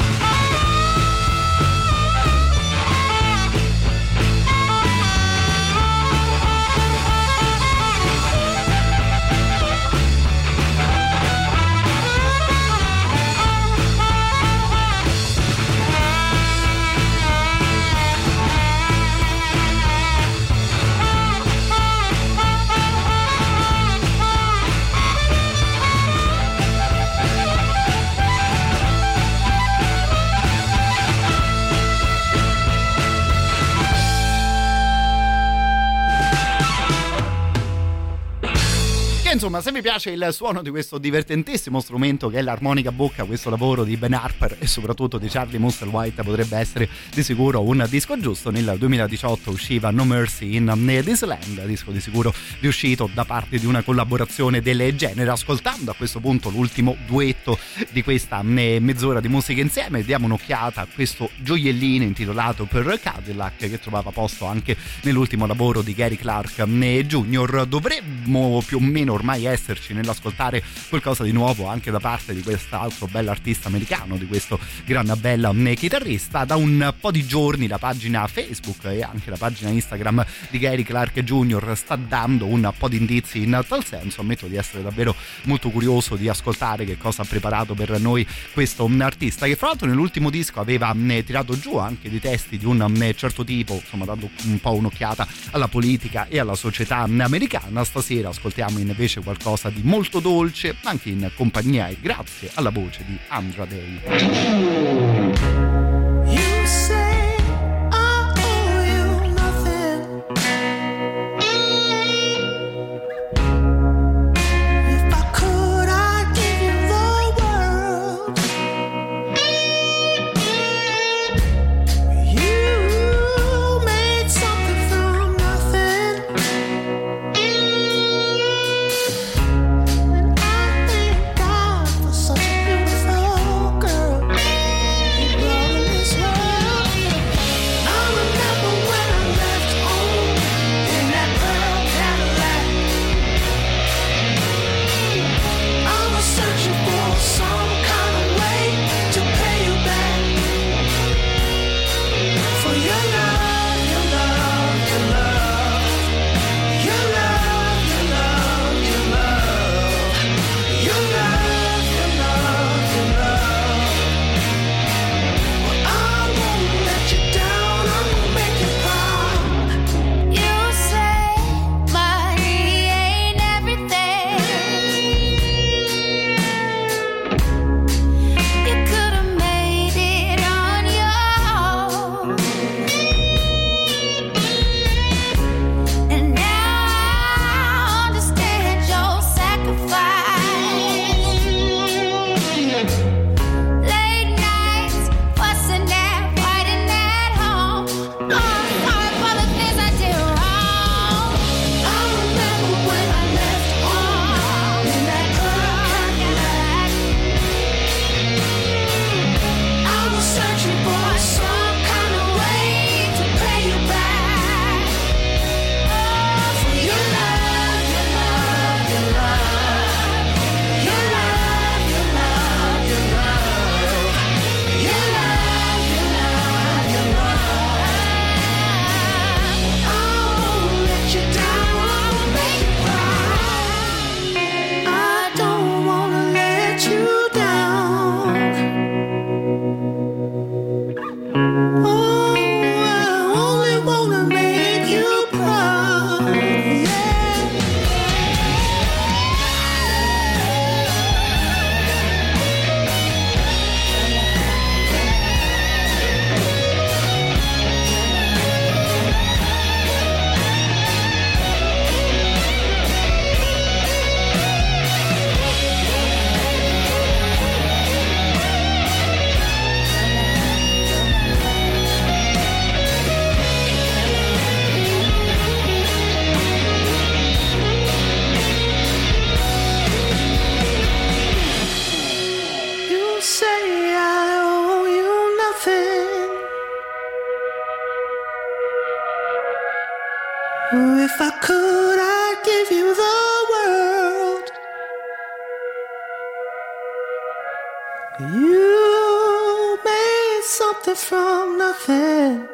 Insomma, se vi piace il suono di questo divertentissimo strumento che è l'armonica a bocca, questo lavoro di Ben Harper e soprattutto di Charlie Musselwhite potrebbe essere di sicuro un disco giusto. Nel duemiladiciotto usciva No Mercy in This Land, disco di sicuro riuscito da parte di una collaborazione del genere. Ascoltando a questo punto l'ultimo duetto di questa mezz'ora di musica insieme, diamo un'occhiata a questo gioiellino intitolato Per Cadillac, che trovava posto anche nell'ultimo lavoro di Gary Clark Junior Dovremmo più o meno ormai esserci nell'ascoltare qualcosa di nuovo anche da parte di quest'altro bell'artista americano, di questo gran bella chitarrista. Da un po' di giorni la pagina Facebook e anche la pagina Instagram di Gary Clark Junior sta dando un po' di indizi in tal senso. Ammetto di essere davvero molto curioso di ascoltare che cosa ha preparato per noi questo artista, che fra l'altro nell'ultimo disco aveva tirato giù anche dei testi di un certo tipo, insomma dando un po' un'occhiata alla politica e alla società americana. Stasera ascoltiamo invece qualcosa di molto dolce, anche in compagnia e grazie alla voce di Andra Day. You say I owe you nothing. If I could, I'd give you the world. If I could, I'd give you the world. You made something from nothing.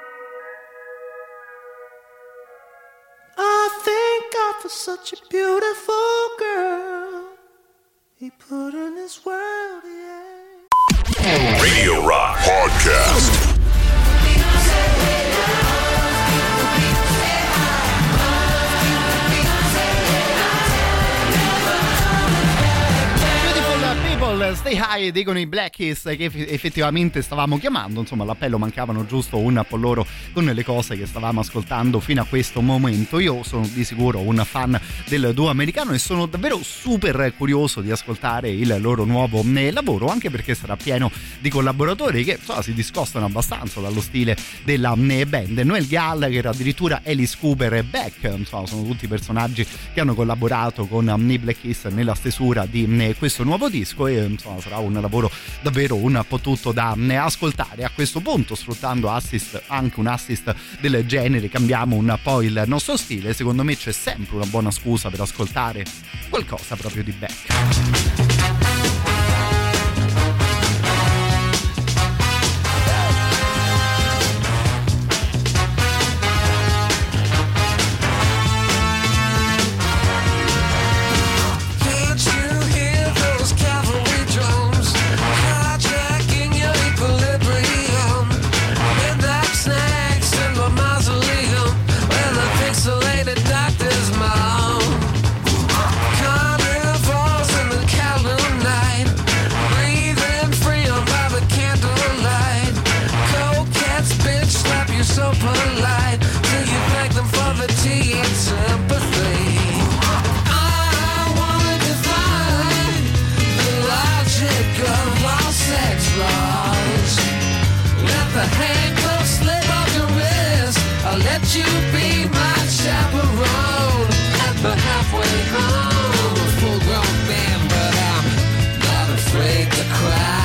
I thank God for such a beautiful girl. He put in his world, yeah. Radio Rock Podcast. Stay High dicono i Black Keys, che effettivamente stavamo chiamando, insomma all'appello mancavano giusto un po' loro con le cose che stavamo ascoltando fino a questo momento. Io sono di sicuro un fan del duo americano e sono davvero super curioso di ascoltare il loro nuovo lavoro, anche perché sarà pieno di collaboratori che insomma, si discostano abbastanza dallo stile della band. Noel Gallagher, addirittura Alice Cooper e Beck, insomma sono tutti personaggi che hanno collaborato con i Black Keys nella stesura di questo nuovo disco e insomma sarà un lavoro davvero un po' tutto da ascoltare. A questo punto, sfruttando assist, anche un assist del genere, cambiamo un po' il nostro stile. Secondo me c'è sempre una buona scusa per ascoltare qualcosa proprio di Beck. So polite till you beg them for the tea and sympathy. I wanna define the logic of all sex laws. Let the handcuffs slip off your wrist. I'll let you be my chaperone at the halfway home. I'm a full-grown man, but I'm not afraid to cry.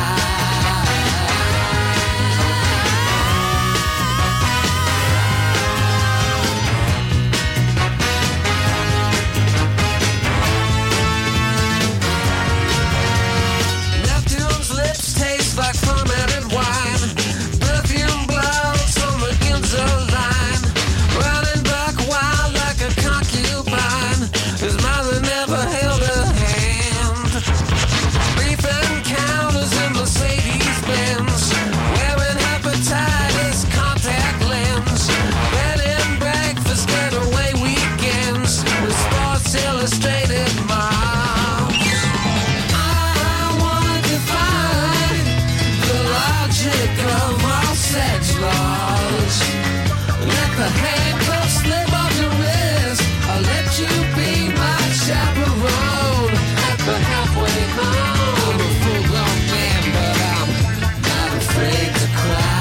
Like fermented wine, perfume blows on the Ginza line, running back wild like a concubine. His mother never held a hand. Beef encounters in Mercedes Benz, wearing hepatitis contact lens, bed and breakfast getaway weekends with Sports Illustrated moms. Of all sex laws, let the handcuffs slip off your wrist. I'll let you be my chaperone at the halfway home. I'm a full-grown man, but I'm not afraid to cry.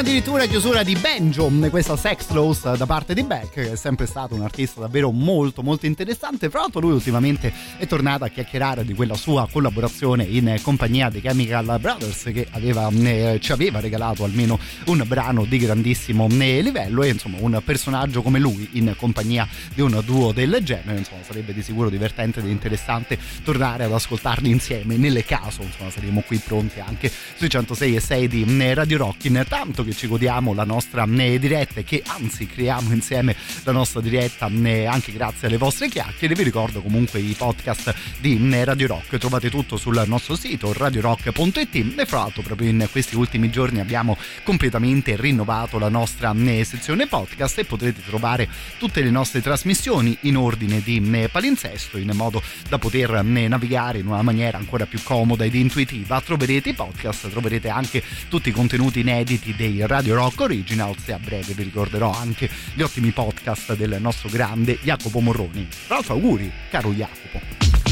addirittura chiusura di Banjo, questa Sex Loss da parte di Beck, che è sempre stato un artista davvero molto molto interessante. Fra l'altro lui ultimamente è tornato a chiacchierare di quella sua collaborazione in compagnia dei Chemical Brothers, che aveva, eh, ci aveva regalato almeno un brano di grandissimo eh, livello, e insomma un personaggio come lui in compagnia di un duo del genere, insomma sarebbe di sicuro divertente ed interessante tornare ad ascoltarli insieme. Nelle caso insomma saremo qui pronti anche sui centosei e sei di eh, Radio Rock. Intanto che ci godiamo la nostra eh, diretta, e che anzi creiamo insieme la nostra diretta eh, anche grazie alle vostre chiacchiere, vi ricordo comunque i podcast di eh, Radio Rock, trovate tutto sul nostro sito radio rock punto it, e fra l'altro proprio in questi ultimi giorni abbiamo completamente rinnovato la nostra eh, sezione podcast, e potrete trovare tutte le nostre trasmissioni in ordine di eh, palinsesto, in modo da poter eh, navigare in una maniera ancora più comoda ed intuitiva. Troverete i podcast, troverete anche tutti i contenuti inediti dei Radio Rock Originals, e a breve vi ricorderò anche gli ottimi podcast del nostro grande Jacopo Morroni. Tra l'altro auguri, caro Jacopo.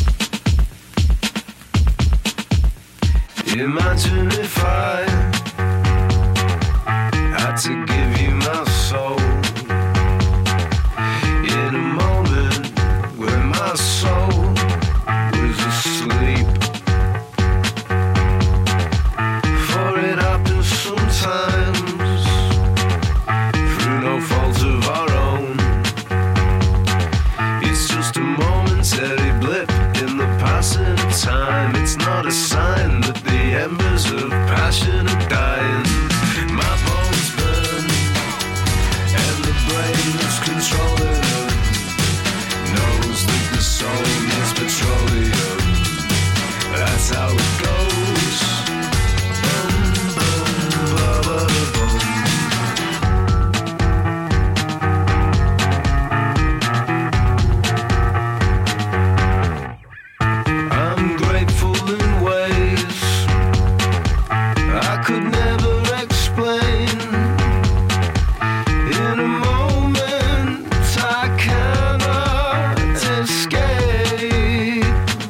Imagine if I had to give you my soul in a moment when my soul was asleep. For it happens sometimes through no fault of our own. It's just a momentary blip in the passing of time. It's not a sign that the embers of passion are dying. My bones burn, and the brain that's controlling them knows that the soul needs petroleum. That's how it goes. Boom, boom, ba, ba, boom. I'm grateful in ways I could never explain. In a moment I cannot escape,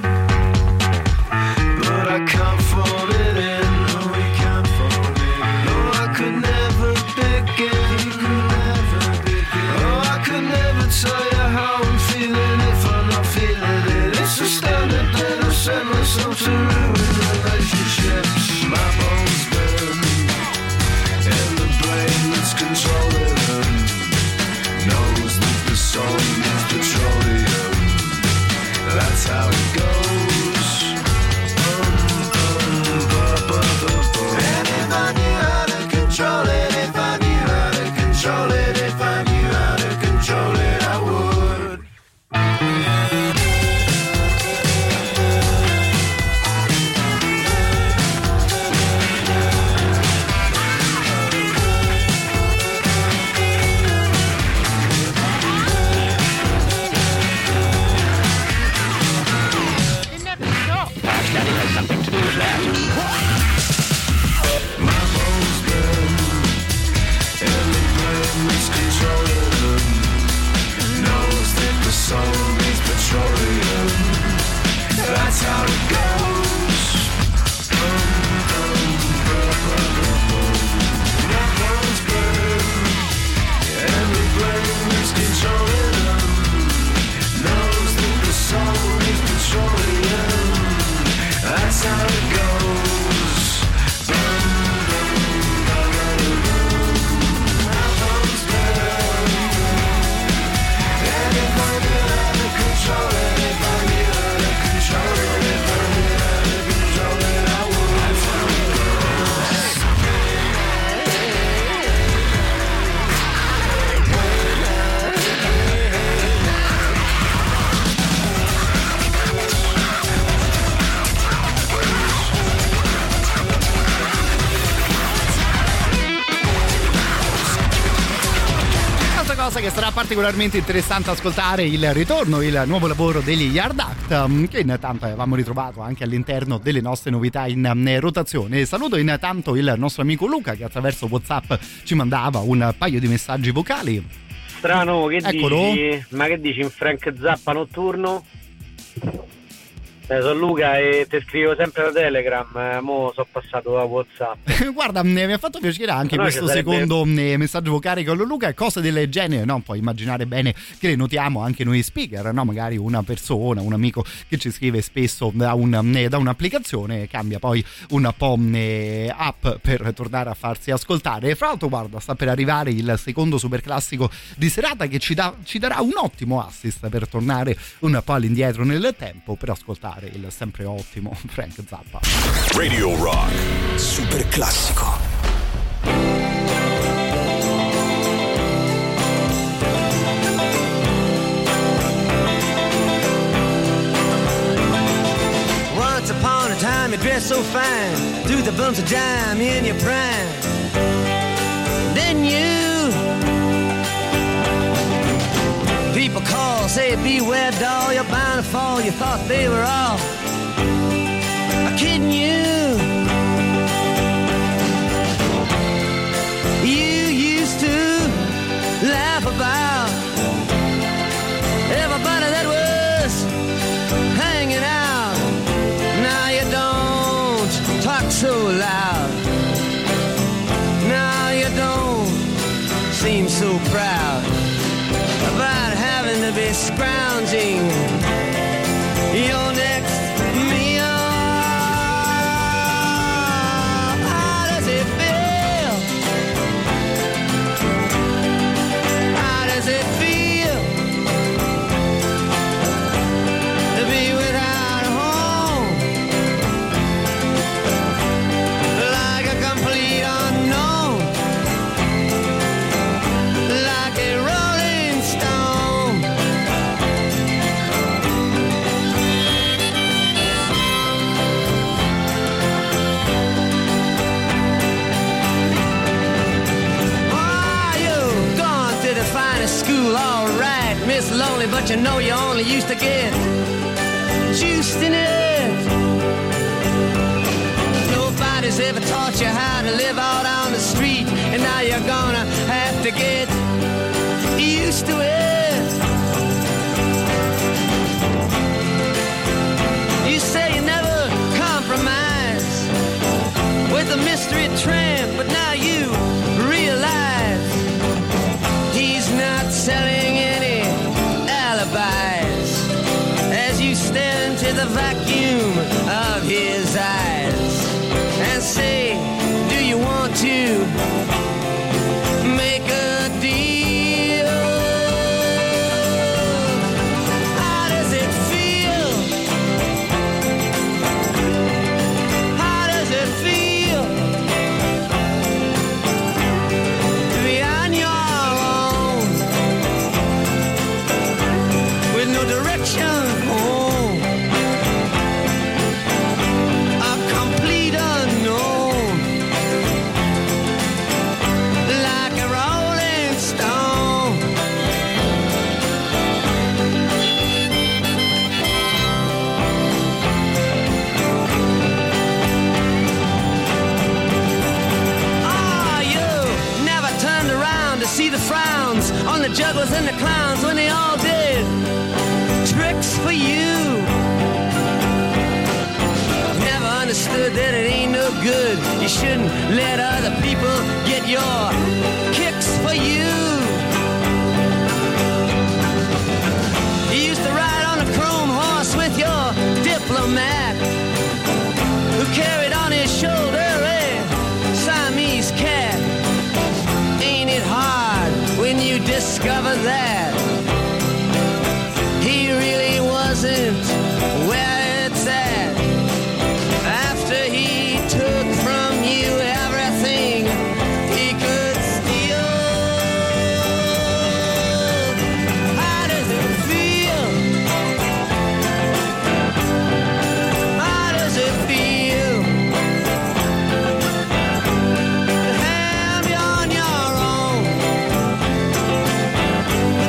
but I can't fall it in. No, we can't fall it in. No, I could never begin. Oh, I could never tell you how I'm feeling if I'm not feeling it. It's a standard that I set myself to ruin relationships. My bones burn, and the brain that's controlling them knows that the soul needs petroleum. That's how it goes. Bum, bum, ba, ba, ba, bum. And if I knew how to control it, if I knew how to control it, if I knew how to control it, I would. My bones burn, and the brain that's controlling them knows that the soul needs petroleum. That's how it goes. Bum, bum, ba, ba, ba, bum. My bones burn, and the brain that's controlling them knows that the soul needs petroleum. That's how it goes. Bum, bum, ba, ba, ba, bum. My bones burn, and if I knew how to control it, if I knew how to control it, if I knew how to control it, I would. That's how it goes. Altra cosa che sarà particolarmente interessante ascoltare, il ritorno, il nuovo lavoro degli Yard Act, che intanto avevamo ritrovato anche all'interno delle nostre novità in rotazione. Saluto intanto il nostro amico Luca, che attraverso WhatsApp ci mandava un paio di messaggi vocali. Strano, che Eccolo. dici? Ma che dici, in Frank Zappa notturno? Eh, sono Luca e ti scrivo sempre da Telegram, eh, mo sono passato da WhatsApp. Guarda, mi ha fatto piacere anche no, questo sarebbe... secondo messaggio vocale con Luca e cose del genere, no? Puoi immaginare bene che le notiamo anche noi speaker, no? Magari una persona, un amico che ci scrive spesso da, un, da un'applicazione, cambia poi un po' app per tornare a farsi ascoltare. E fra l'altro, guarda, sta per arrivare il secondo super classico di serata che ci, da, ci darà un ottimo assist per tornare un po' all'indietro nel tempo per ascoltare il sempre ottimo Frank Zappa. Radio Rock super classico. Once upon a time you dressed so fine, threw the bumps of dime in your prime. Then you people call, say beware doll, you're bound to fall. You thought they were all kidding you. You used to laugh about everybody that was hanging out. Now you don't talk so loud. Now you don't seem so proud about having to be scrounging your next meal. How does it feel? How does it feel to be without a home? Like a complete unknown, like a rolling stone. Oh, you've gone to the finest school, all right, Miss Lonely, but you know you only used to get juiced in it. Nobody's ever taught you how to live out on the street, and now you're gonna have to get used to it. You say you never compromise with a mystery tramp, but now you realize he's not selling any alibis as you stare into the vacuum of his eyes and say, do you want to make a deal? How does it feel? How does it feel to be on your own with no direction home? A complete unknown, like a rolling stone. Ah, you never turned around to see the frowns on the jugglers and the clowns when they all did tricks for you. Never understood that it ain't no good. You shouldn't let other people get your kicks for you. You used to ride on a chrome horse with your diplomat, who carried on his shoulder a Siamese cat. Ain't it hard when you discover that he really wasn't where it's at? After he took from you everything he could steal. How does it feel? How does it feel to have you on your own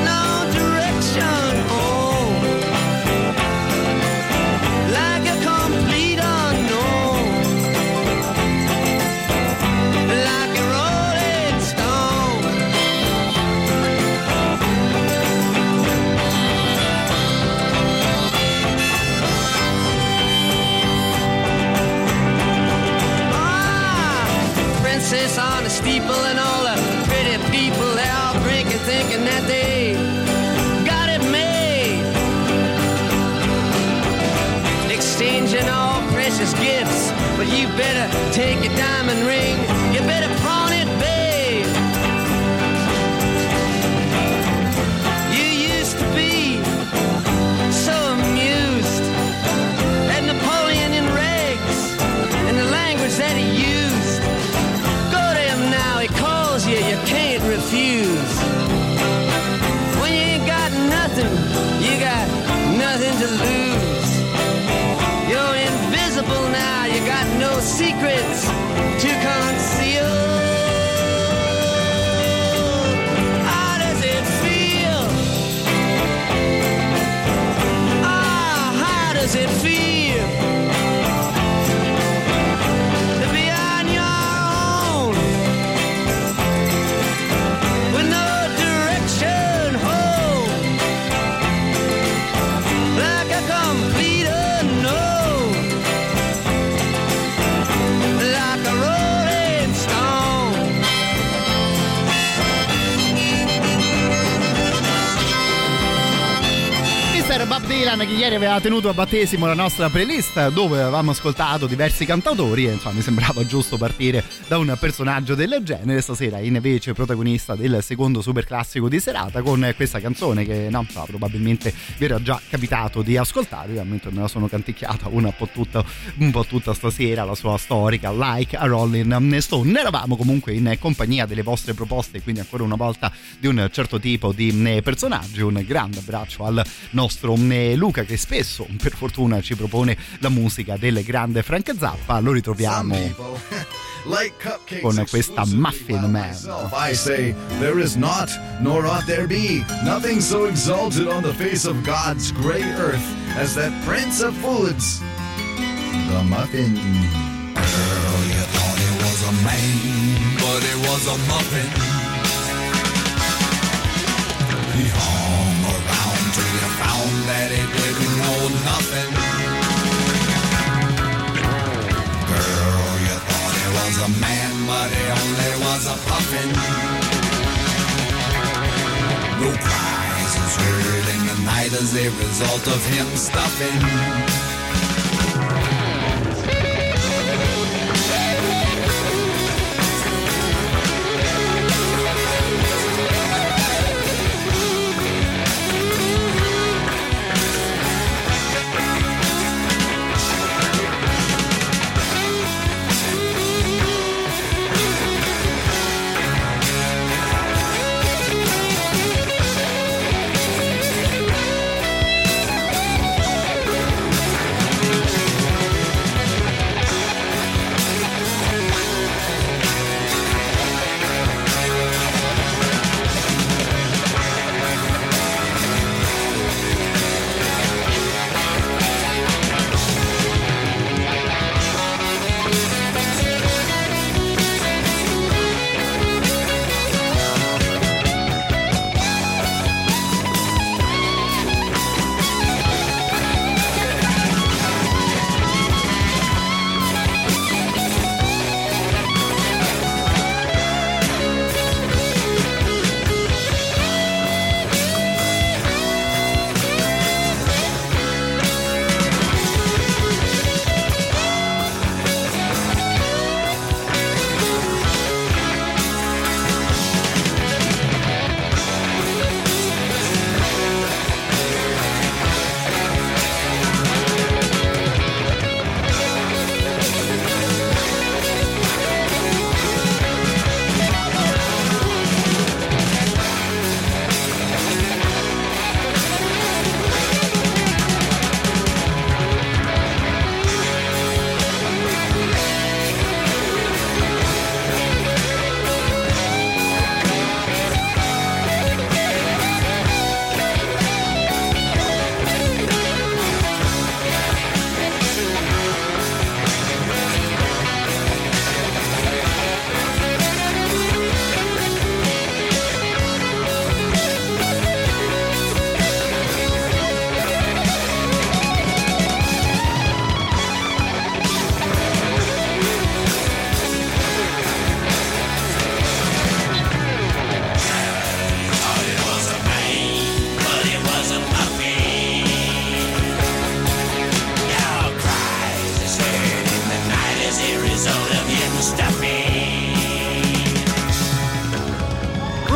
people and all the pretty people, they're all drinking, thinking that they got it made. Exchanging all precious gifts, but you better take your diamond ring, you better pawn it, babe. You used to be so amused at Napoleon in rags and the language that he used. Go to him now, he calls you, you can't refuse. When you ain't got nothing, you got nothing to lose. You're invisible now, you got no secrets to conceal. How does it feel? Ah, how does it feel to be on your own with no direction home, like a complete unknown, like a rolling stone? mister Bob Dylan, che ieri aveva tenuto a battesimo la nostra playlist dove avevamo ascoltato diversi cantautori e insomma mi sembrava giusto partire da un personaggio del genere. Stasera invece protagonista del secondo super classico di serata con questa canzone che no, so, probabilmente vi era già capitato di ascoltare, io mentre me la sono canticchiata un po' tutta, un po' tutta stasera, la sua storica Like a Rolling Stone. Eravamo comunque in compagnia delle vostre proposte, quindi ancora una volta di un certo tipo di personaggio. Un grande abbraccio al nostro Luca, che spesso per fortuna ci propone la musica del grande Frank Zappa. Lo ritroviamo con questa Muffin Man. I say, there is not, nor ought there be, nothing so exalted on the face of God's grey earth as that prince of foods, the muffin. Girl, you thought it was a man, but it was a muffin. He hung around till you found that it didn't know nothing. Girl, you thought it was a man, but it only was a puffin. No cries is heard in the night as a result of him stuffing.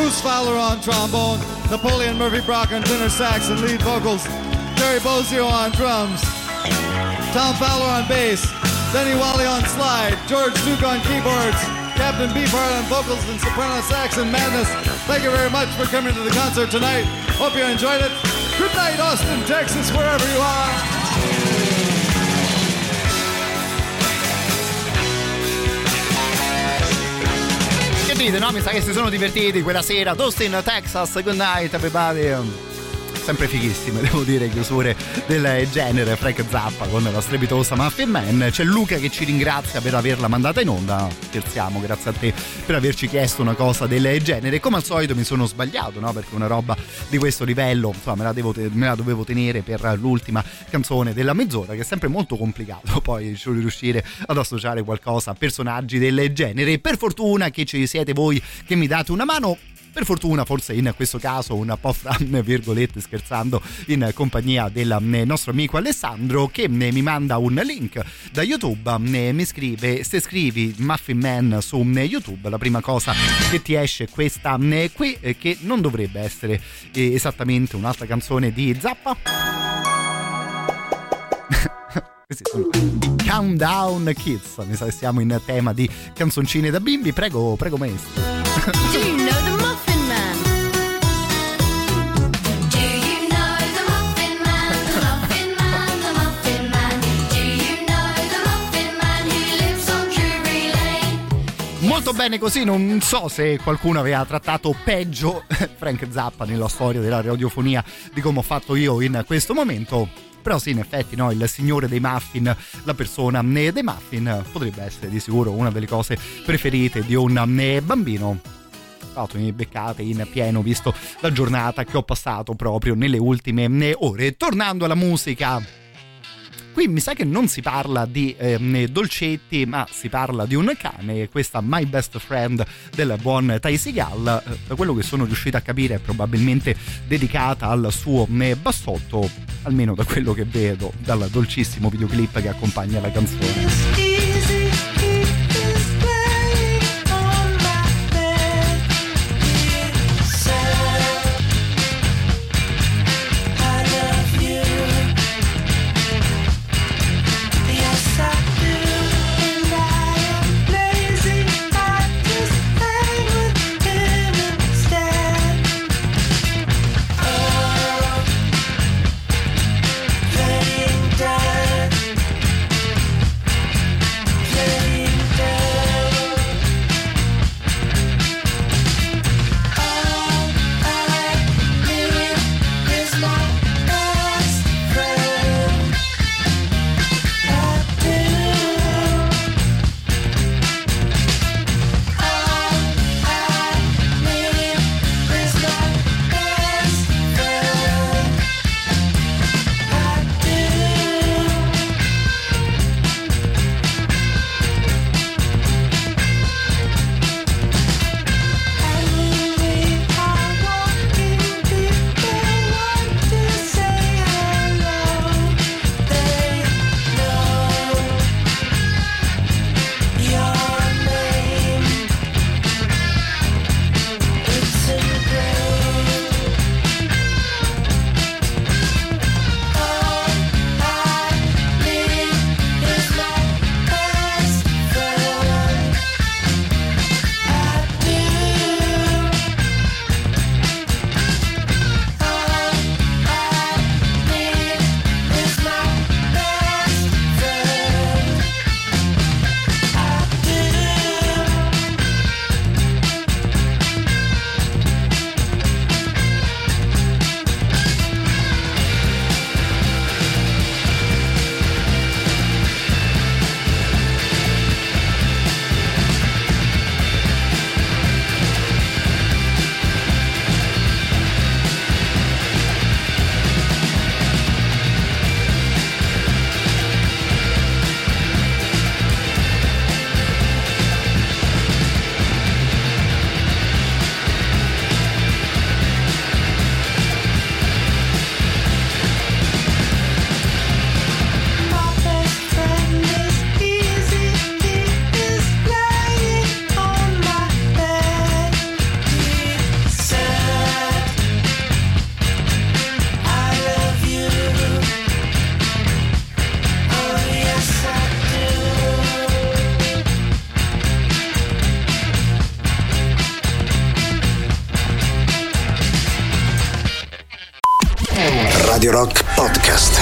Bruce Fowler on trombone, Napoleon Murphy Brock on tenor sax and lead vocals, Terry Bozzio on drums, Tom Fowler on bass, Denny Wally on slide, George Duke on keyboards, Captain Beefheart on vocals and soprano sax and madness. Thank you very much for coming to the concert tonight. Hope you enjoyed it. Good night, Austin, Texas, wherever you are. No, mi sa che si sono divertiti quella sera. Austin, Texas, good night everybody. Sempre fighissime, devo dire, chiusure del genere. Frank Zappa con la strepitosa Muffin Man. C'è Luca che ci ringrazia per averla mandata in onda. Scherziamo, grazie a te per averci chiesto una cosa del genere. Come al solito mi sono sbagliato, no? Perché una roba di questo livello, insomma, me la, devo te- me la dovevo tenere per l'ultima canzone della mezz'ora, che è sempre molto complicato poi riuscire ad associare qualcosa a personaggi del genere. Per fortuna che ci siete voi che mi date una mano. Per fortuna, forse in questo caso un po' fra virgolette scherzando, in compagnia del nostro amico Alessandro, che mi manda un link da YouTube, mi scrive: se scrivi Muffin Man su YouTube la prima cosa che ti esce è questa qui, che non dovrebbe essere esattamente un'altra canzone di Zappa. Questi sono i Countdown Kids, mi sa che siamo in tema di canzoncine da bimbi. Prego, prego maestro. Do you know the Muffin Man? Do you know the Muffin Man? The Muffin Man, the Muffin Man. Do you know the Muffin Man who lives on Drury Lane? Molto bene così, non so se qualcuno aveva trattato peggio Frank Zappa nella storia della radiofonia di come ho fatto io in questo momento. Però sì, in effetti, no, il signore dei muffin, la persona dei muffin, potrebbe essere di sicuro una delle cose preferite di un bambino. Tra l'altro mi beccate in pieno, visto la giornata che ho passato proprio nelle ultime ore. Tornando alla musica, qui mi sa che non si parla di eh, dolcetti, ma si parla di un cane. Questa My Best Friend del buon Ty Segall, eh, da quello che sono riuscito a capire, è probabilmente dedicata al suo eh, bassotto, almeno da quello che vedo dal dolcissimo videoclip che accompagna la canzone. Radio Rock Podcast.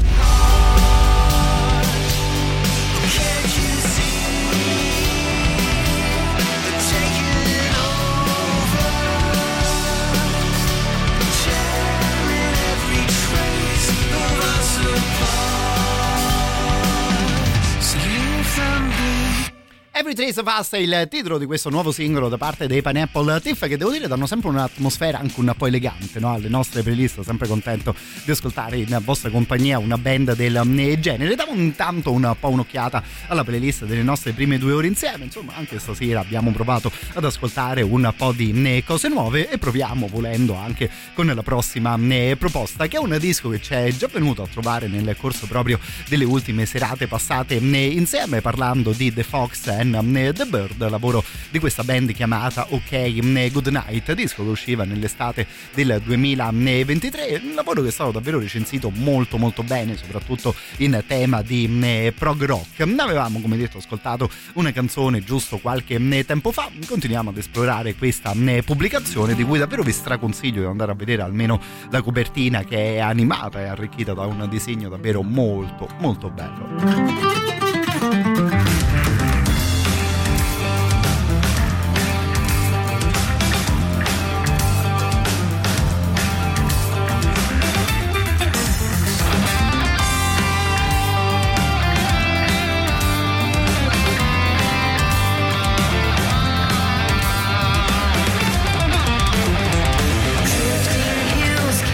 Every Trace of Us è il titolo di questo nuovo singolo da parte dei Pineapple Tiff, che devo dire danno sempre un'atmosfera anche un po' elegante, no? Alle nostre playlist. Sempre contento di ascoltare in vostra compagnia una band del genere. Diamo intanto un po' un'occhiata alla playlist delle nostre prime due ore insieme. Insomma, anche stasera abbiamo provato ad ascoltare un po' di cose nuove e proviamo volendo anche con la prossima proposta, che è un disco che ci è già venuto a trovare nel corso proprio delle ultime serate passate insieme, parlando di The Fox and The Bird, lavoro di questa band chiamata OK Goodnight, disco che usciva nell'estate del duemilaventitré, un lavoro che è stato davvero recensito molto molto bene, soprattutto in tema di prog rock. Avevamo, come detto, ascoltato una canzone giusto qualche tempo fa, continuiamo ad esplorare questa pubblicazione, di cui davvero vi straconsiglio di andare a vedere almeno la copertina, che è animata e arricchita da un disegno davvero molto molto bello.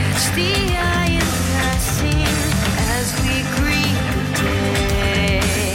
The eye is passing as we greet the day.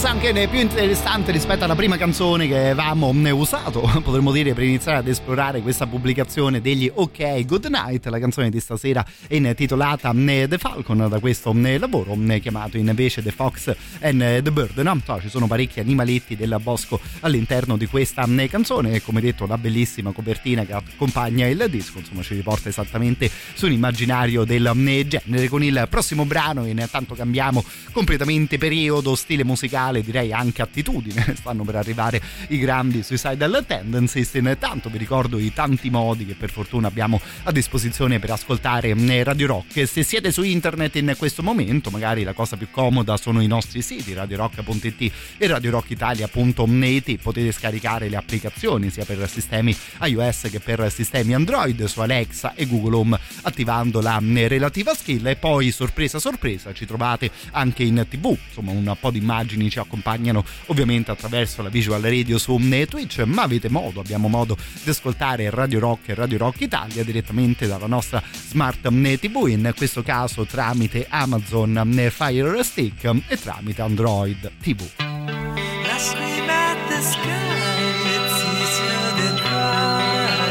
forse anche più interessante rispetto alla prima canzone che avevamo usato, potremmo dire, per iniziare ad esplorare questa pubblicazione degli OK Goodnight. La canzone di stasera è intitolata The Falcon, da questo lavoro chiamato invece The Fox and the Bird, no? So, ci sono parecchi animaletti del bosco all'interno di questa canzone e, come detto, la bellissima copertina che accompagna il disco, insomma, ci riporta esattamente su un immaginario del genere. Con il prossimo brano intanto cambiamo completamente periodo, stile musicale, direi anche attitudine. Stanno per arrivare i grandi Suicidal Tendencies. Intanto vi ricordo i tanti modi che per fortuna abbiamo a disposizione per ascoltare Radio Rock. Se siete su internet in questo momento, magari la cosa più comoda sono i nostri siti radio rock punto it e radio rock italia punto net. Potete scaricare le applicazioni sia per sistemi iOS che per sistemi Android su Alexa e Google Home, attivando la relativa skill. E poi, sorpresa sorpresa, ci trovate anche in tv, insomma un po' di immagini ci accompagnano ovviamente attraverso la visual radio su Twitch, ma avete modo, abbiamo modo di ascoltare Radio Rock e Radio Rock Italia direttamente dalla nostra Smart tivù, in questo caso tramite Amazon Fire Stick e tramite Android tivù. I scream at the sky, it's easier than cry.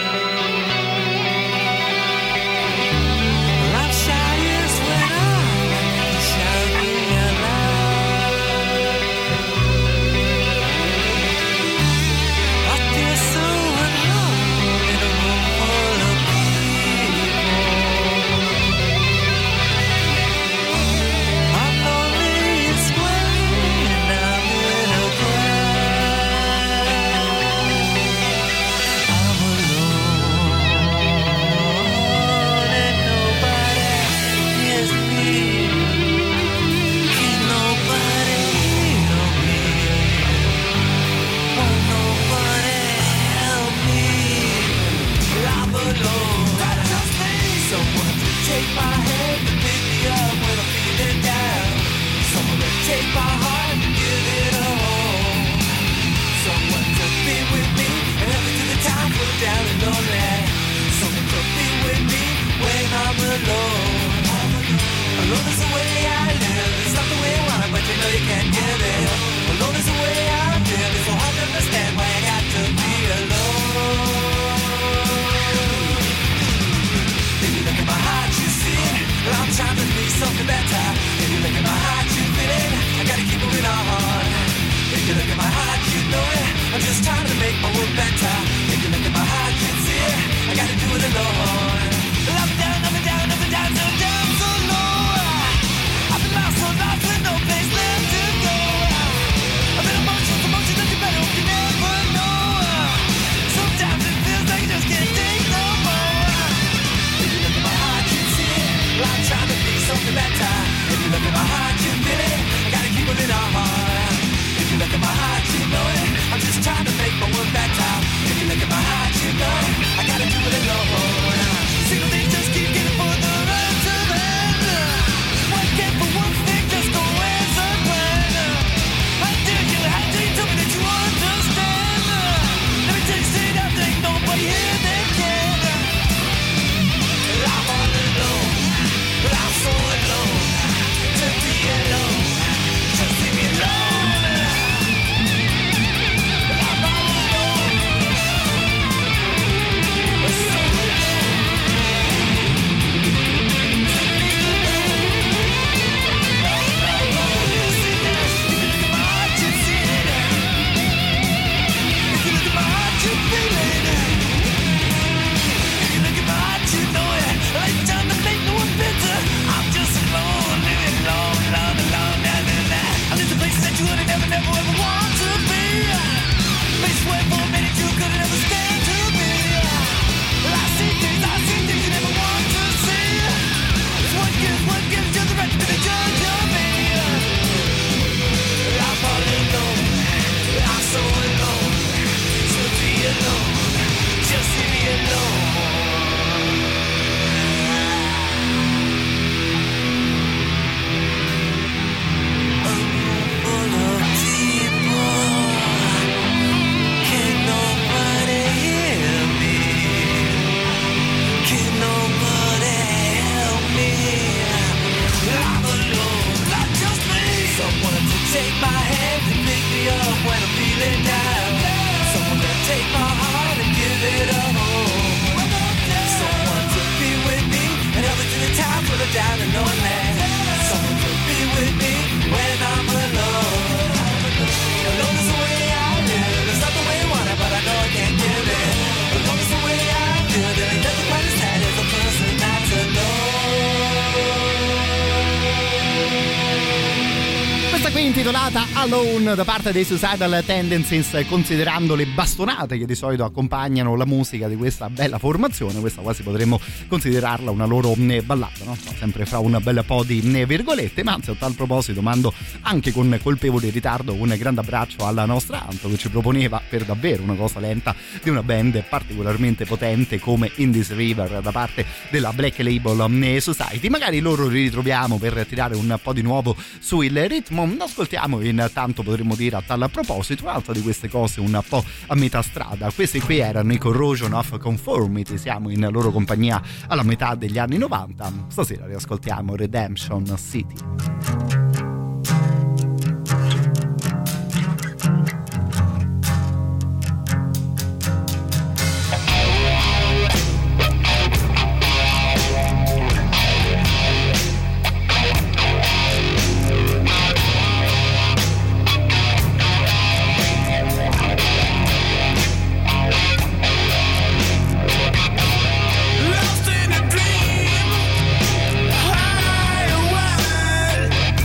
I'm shyest when I'm shouting aloud. I feel so alone in a room full of people. I'm loneliest when I'm in a take my hand and pick me up when I'm feeling down. Someone to take my heart and give it a home. Someone to be with me and help me through the time when I'm down and lonely. Someone to be with me when I'm alone. Alone is the way I live. It's not the way I want it, but you know you can't give it. Alone is the way I live. It's so hard to understand why I got to be alone. If you look at my heart, you see it. Well, I'm trying to be something better. If you look at my heart, you feel it. I gotta keep moving on. If you look at my heart, you know it. I'm just trying to make my world better. If you look at my heart, you see it. I gotta do it alone. Well, up and down, up and down, up and down, so down, so low. I've been lost, so lost with no place left to go. I've been emotions, emotions that you better hope you never know. Sometimes it feels like you just can't take no more. If you look at my heart, you see it. Well, I'm trying to be something better. If you look at my heart, you feel it. I gotta keep moving on. If you look at my heart, you know it. I'm just trying to make my world better. If you look at my heart, you know it. I gotta do it alone. Single things just keep getting further and to the end. Why can't for one thing just go as a plan? How dare you, how dare you tell me that you understand? Let me tell you straight out, there ain't nobody here that can. I'm all alone, but I'm so alone. To be alone, just leave me alone. I'm all alone, but so alone. People intitolata Alone da parte dei Suicidal Tendencies, considerando le bastonate che di solito accompagnano la musica di questa bella formazione, questa quasi potremmo considerarla una loro ballata, no? Sempre fra un bel po' di virgolette. Ma anzi, a tal proposito mando anche con colpevole ritardo un grande abbraccio alla nostra Anto, che ci proponeva per davvero una cosa lenta di una band particolarmente potente come In This River da parte della Black Label Society. Magari loro li ritroviamo per tirare un po' di nuovo sul ritmo. Ascoltiamo intanto, potremmo dire a tal proposito, un'altra di queste cose un po' a metà strada. Questi qui erano i Corrosion of Conformity, siamo in loro compagnia alla metà degli anni novanta. Stasera riascoltiamo Redemption City. Lost in a dream, high and wide.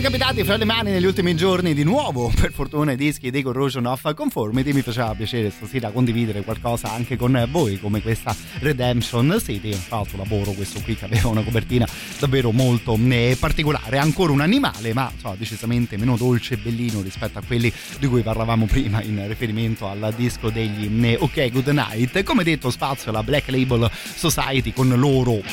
capitati fra le mani negli ultimi giorni di nuovo, per fortuna, i dischi dei Corrosion of Conformity. Mi faceva piacere stasera condividere qualcosa anche con voi, come questa Redemption City, tra l'altro lavoro questo qui che aveva una copertina davvero molto eh, particolare, ancora un animale ma so, decisamente meno dolce e bellino rispetto a quelli di cui parlavamo prima in riferimento al disco degli eh, OK Good Night. Come detto, spazio alla Black Label Society con loro.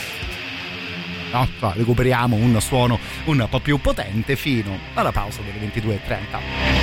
No, cioè, recuperiamo un suono un po' più potente fino alla pausa delle ventidue e trenta.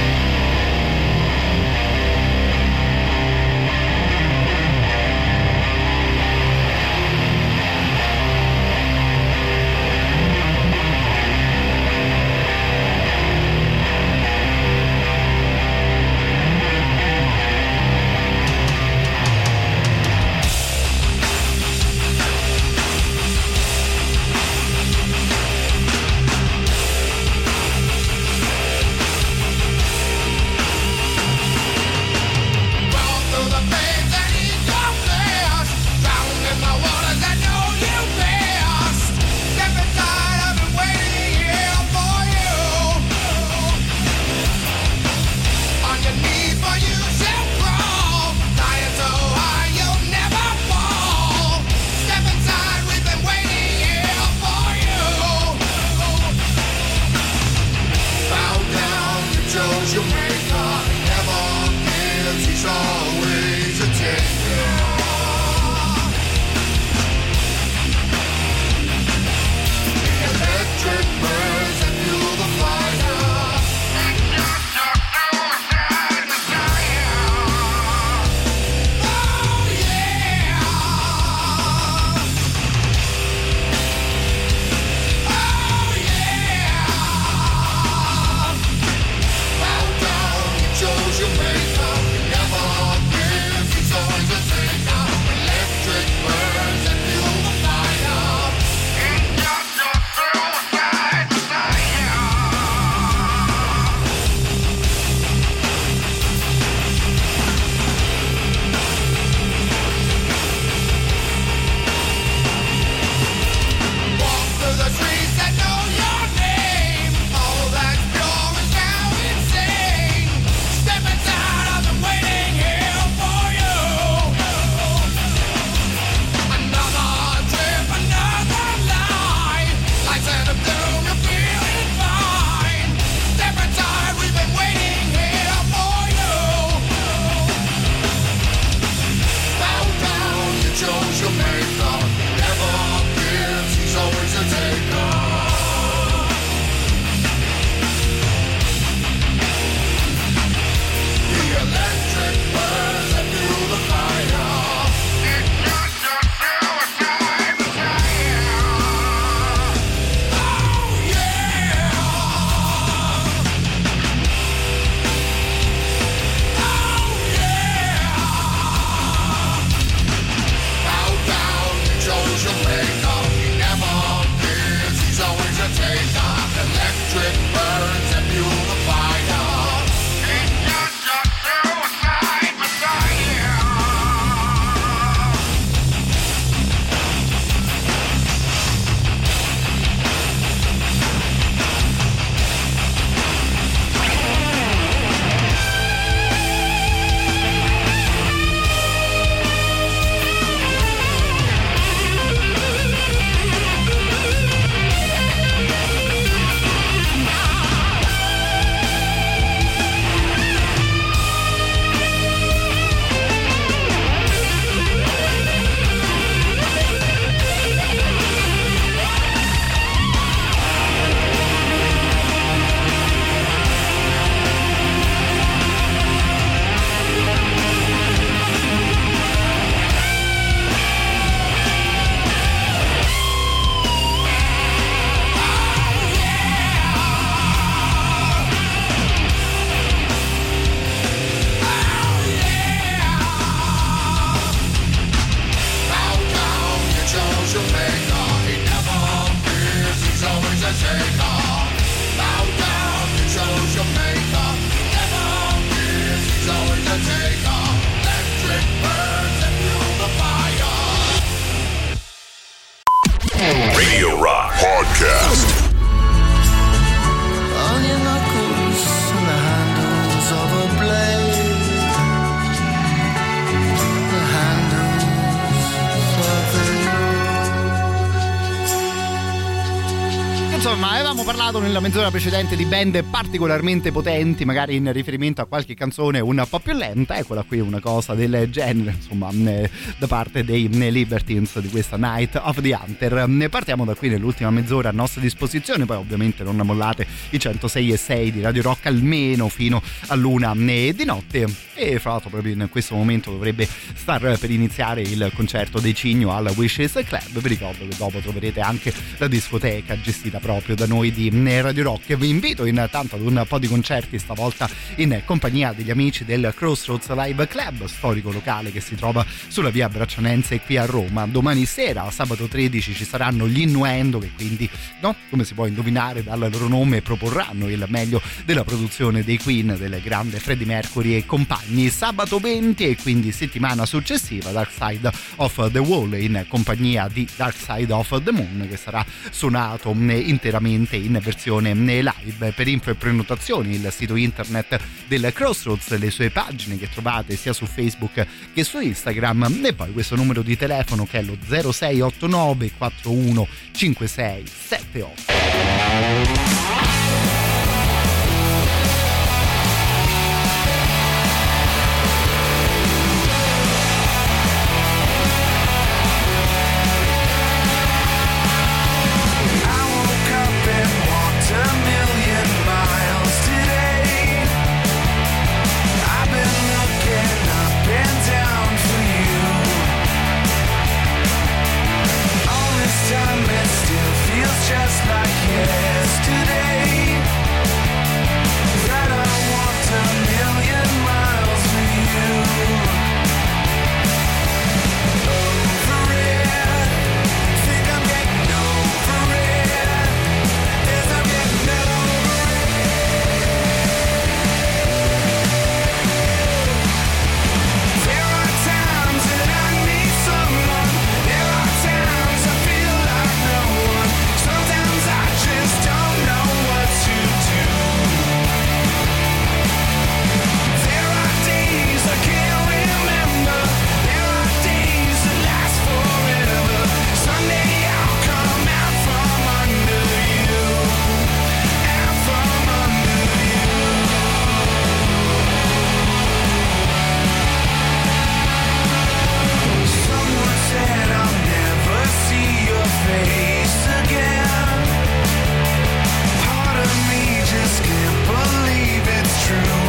Chose your maker, never parlato nella mezz'ora precedente di band particolarmente potenti, magari in riferimento a qualche canzone un po' più lenta, eccola qui una cosa del genere, insomma, da parte dei Libertines di questa Night of the Hunter. Ne partiamo da qui nell'ultima mezz'ora a nostra disposizione, poi ovviamente non mollate i centosei e sei di Radio Rock almeno fino all'una di notte, e fra l'altro proprio in questo momento dovrebbe star per iniziare il concerto dei Cigno al Wishes Club. Vi ricordo che dopo troverete anche la discoteca gestita proprio da noi di Radio Rock. Vi invito intanto ad un po' di concerti, stavolta in compagnia degli amici del Crossroads Live Club, storico locale che si trova sulla via Braccianense qui a Roma. Domani sera, sabato tredici, ci saranno gli Innuendo, che quindi, no, come si può indovinare dal loro nome, proporranno il meglio della produzione dei Queen, del grande Freddie Mercury e compagni. Sabato venti e quindi settimana successiva, Dark Side of the Wall in compagnia di Dark Side of the Moon, che sarà suonato interamente in versione live. Per info e prenotazioni il sito internet del Crossroads, le sue pagine che trovate sia su Facebook che su Instagram, e poi questo numero di telefono che è lo zero sei otto nove quattro uno cinque sei sette otto. Just like yesterday, that I walked a million miles with you. Over it, think I'm getting over it. Yes, I'm getting over it. There are times that I need someone. There are times I feel like no one. Sometimes I just don't know what to do. There are days I can't remember. There are days that last forever. Someday I'll come out from under you. Out from under you. Someone said I'll never see your face again. Part of me just can't believe it's true.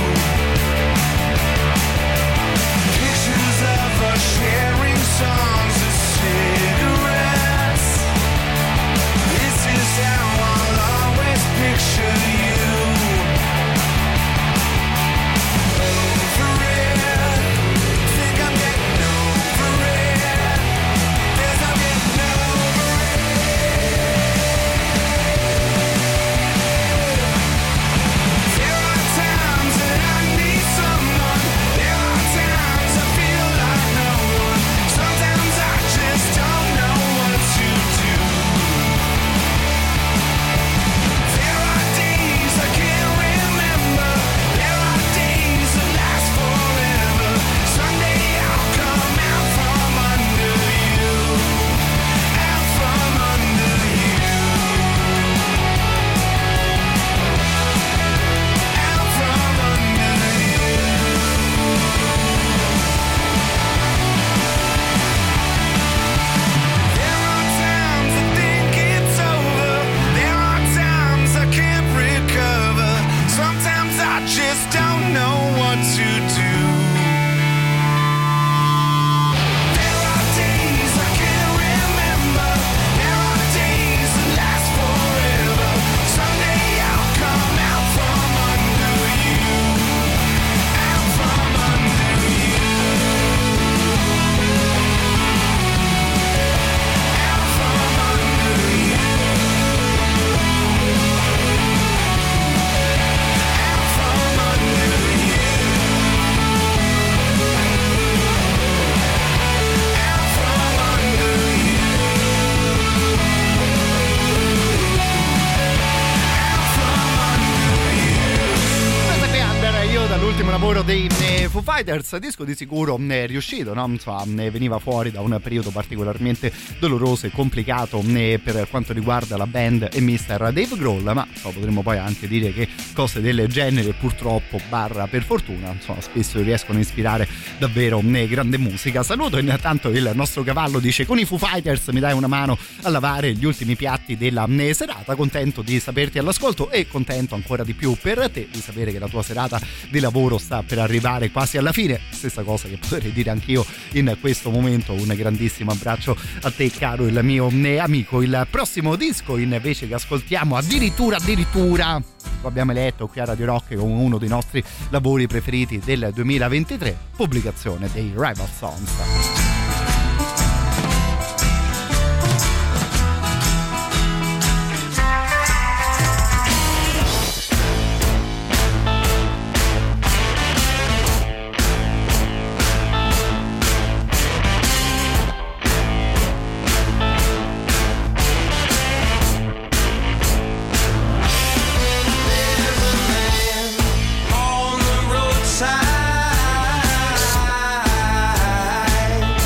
Pictures of us sharing songs and cigarettes. This is how I'll always picture you. Over it, think I'm getting over it. Yes, I'm getting over it. There are times that I need someone. There are times I feel like no one. Sometimes I just don't know what to do. There are days I can't remember. There are days that last forever. Someday I'll come out from under you. Out from under you. Out from under you. There are times I think it's over. There are times I can't recover. Sometimes I just don't know what to do. There are days I can't remember. There are days that last forever. Someday I'll come out from under you. Out from under you. Out from under you. Out from under you. l'ultimo lavoro dei eh, Foo Fighters, disco di sicuro eh, riuscito, no? Insomma, eh, veniva fuori da un periodo particolarmente doloroso e complicato eh, per quanto riguarda la band e mister Dave Grohl, ma insomma, potremmo poi anche dire che cose del genere purtroppo barra per fortuna insomma spesso riescono a ispirare davvero eh, grande musica. Saluto intanto il nostro cavallo, dice: con i Foo Fighters mi dai una mano a lavare gli ultimi piatti della eh, serata, contento di saperti all'ascolto e contento ancora di più per te di sapere che la tua serata di lavoro sta per arrivare quasi alla fine. Stessa cosa che potrei dire anch'io in questo momento. Un grandissimo abbraccio a te, caro il mio amico. Il prossimo disco invece che ascoltiamo, addirittura addirittura lo abbiamo eletto qui a Radio Rock come uno dei nostri lavori preferiti del duemilaventitré, pubblicazione dei Rival Sons. On the roadside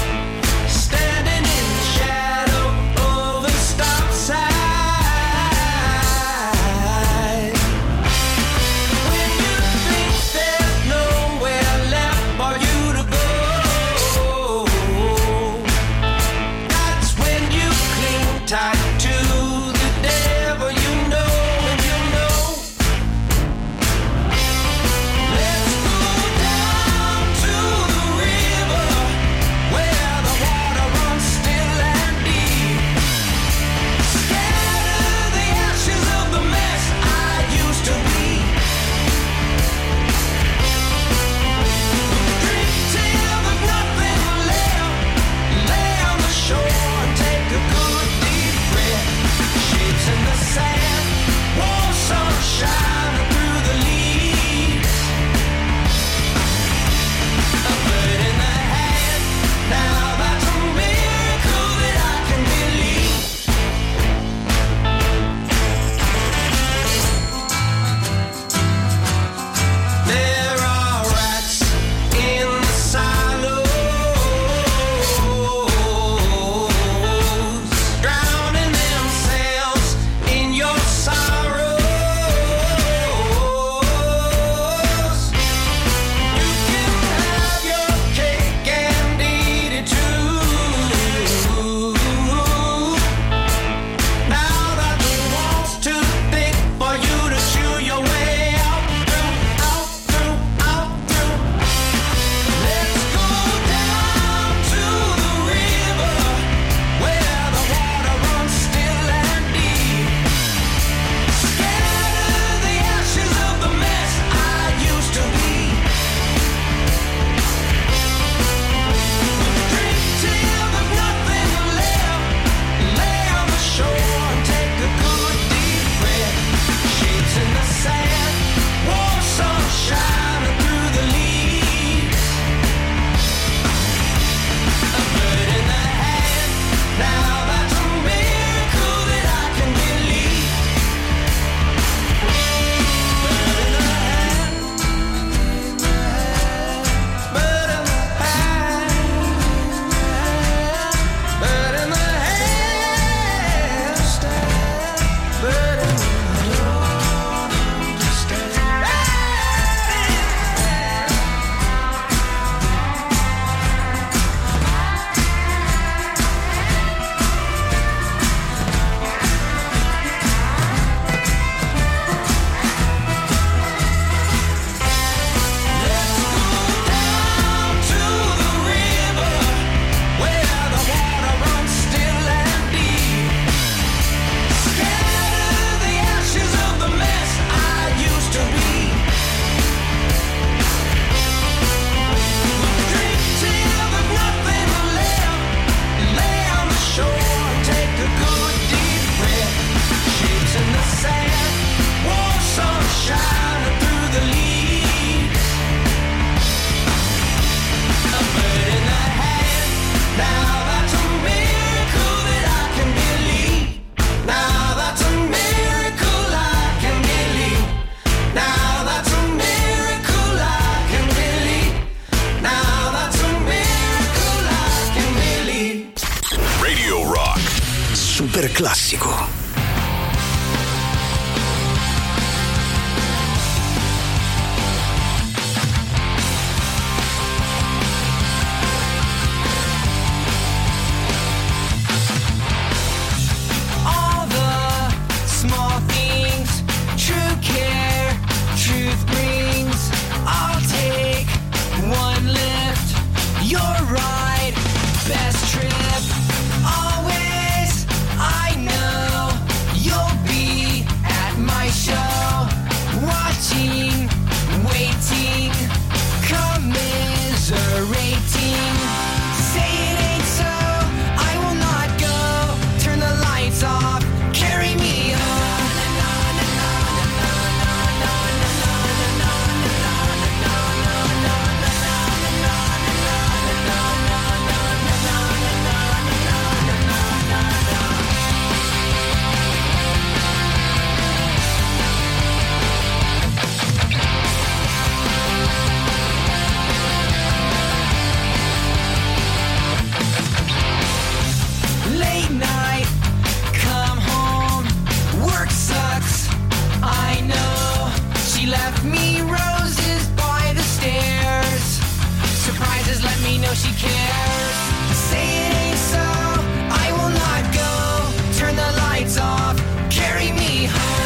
classico. All the small things, true care, truth brings. I'll take one lift, your ride, best trip. Always, I know you'll be at my show, watching, waiting, commiserating. Say it ain't so, I will not go. Turn the lights off, carry me home. Late night, come home, work sucks, I know. She left me roses by the stairs. Surprises let me know she cares. Say it ain't so, I will not go. Turn the lights off, carry me home.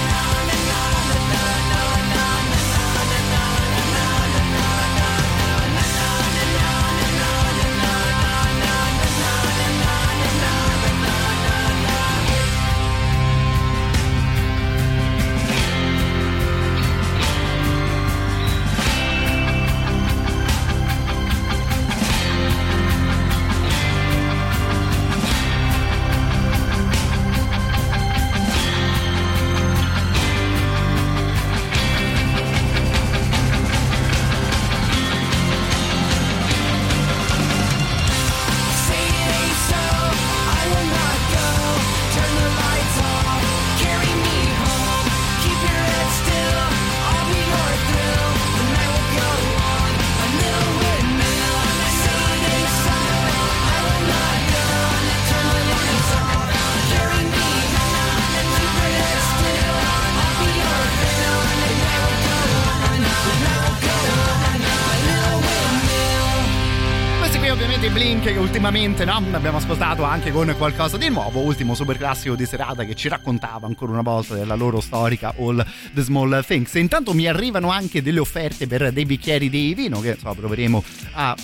Say it ain't so, I will not go. Turn the lights off, carry me home. Keep your head still, I'll be your thrill. The night will go on, a little windmill. Say it ain't so, I will not go. Turn the lights off, carry me home. Keep your head still, I'll be your thrill. The night will go on, the night will go on, a little windmill. Questi qui ovviamente i Blink, che ultimamente, no, abbiamo ascoltato anche con qualcosa di nuovo, ultimo super classico di serata che ci raccontava ancora una volta della loro storica All the Small Things. E intanto mi arrivano anche delle offerte per dei bicchieri di vino che insomma proveremo a...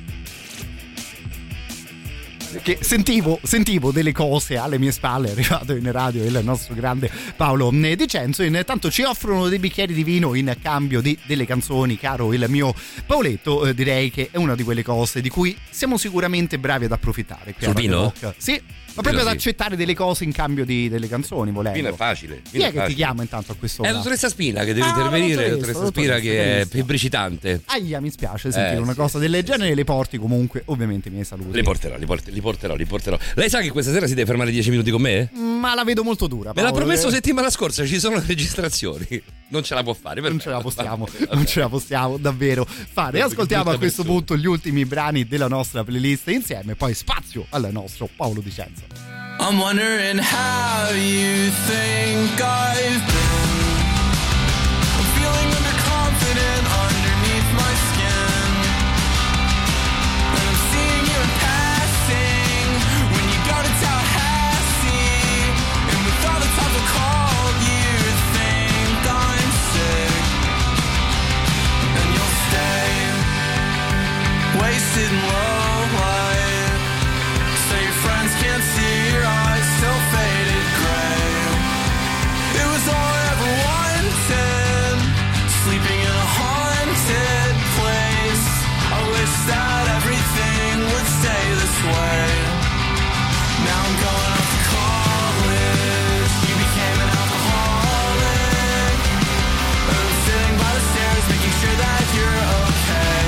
che sentivo, sentivo delle cose alle mie spalle. È arrivato in radio il nostro grande Paolo Di Cenzo. Intanto ci offrono dei bicchieri di vino in cambio di delle canzoni, caro il mio Paoletto. Eh, direi che è una di quelle cose di cui siamo sicuramente bravi ad approfittare qui Sul a Radio vino? Rock. Sì, ma proprio ad sì. accettare delle cose in cambio di delle canzoni, volendo. Vino è facile. Chi Vino è è che facile. ti chiama intanto a questo È la momento? dottoressa Spina che deve Ah, intervenire, la la dottoressa, dottoressa Spina che è dottoressa. febbricitante. Aia, mi spiace sentire Eh, una sì, cosa del genere. Le porti comunque ovviamente i miei saluti. Li porterò, li, port- li porterò, li porterò. Lei sa che questa sera si deve fermare dieci minuti con me? Ma la vedo molto dura, Me l'ha Paolo. promesso Eh, settimana scorsa, ci sono le registrazioni. Non ce la può fare, Non ce la possiamo, non ce la possiamo davvero fare. Ascoltiamo a brutta questo persona. punto gli ultimi brani della nostra playlist insieme, poi spazio al nostro Paolo Di Cenzo. I'm wondering how you think I've been. I'm feeling underconfident underneath my skin. And I'm seeing you in passing when you go to Tallahassee. And with all the times I've called you, think I'm sick. And you'll stay wasted in low light. So your friends can't see your eyes still faded gray. It was all I ever wanted, sleeping in a haunted place. I wish that everything would stay this way. Now I'm going off to college. You became an alcoholic. And I'm sitting by the stairs making sure that you're okay.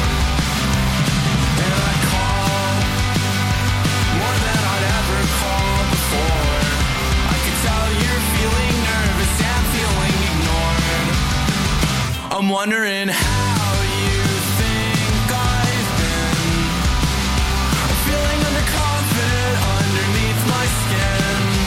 And I call more than I'd ever called before. I can tell you're feeling nervous and feeling ignored. I'm wondering how you think I've been. I'm feeling underconfident underneath my skin.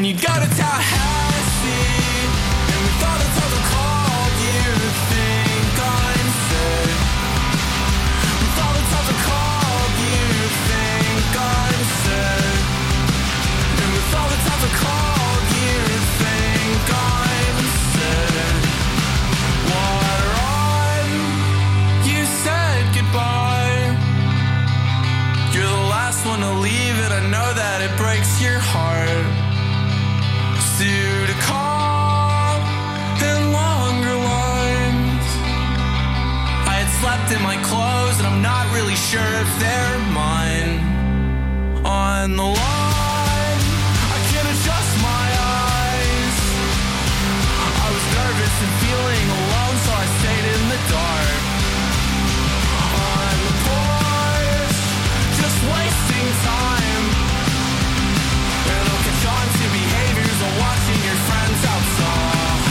you go to Tallahassee, and with all the total cold you think I'm sick. With all the total cold you think I'm sick. And with all the total cold you think I'm sick. Water on, you said goodbye. You're the last one to leave it, I know that it breaks your heart. Still to call in longer lines. I had slept in my clothes and I'm not really sure if they're mine. On the line, I can't adjust my eyes. I was nervous and feeling alone, so I stayed in the dark. On the porch, just wasting time. And I'll catch on to behaviors while watching your friends outside.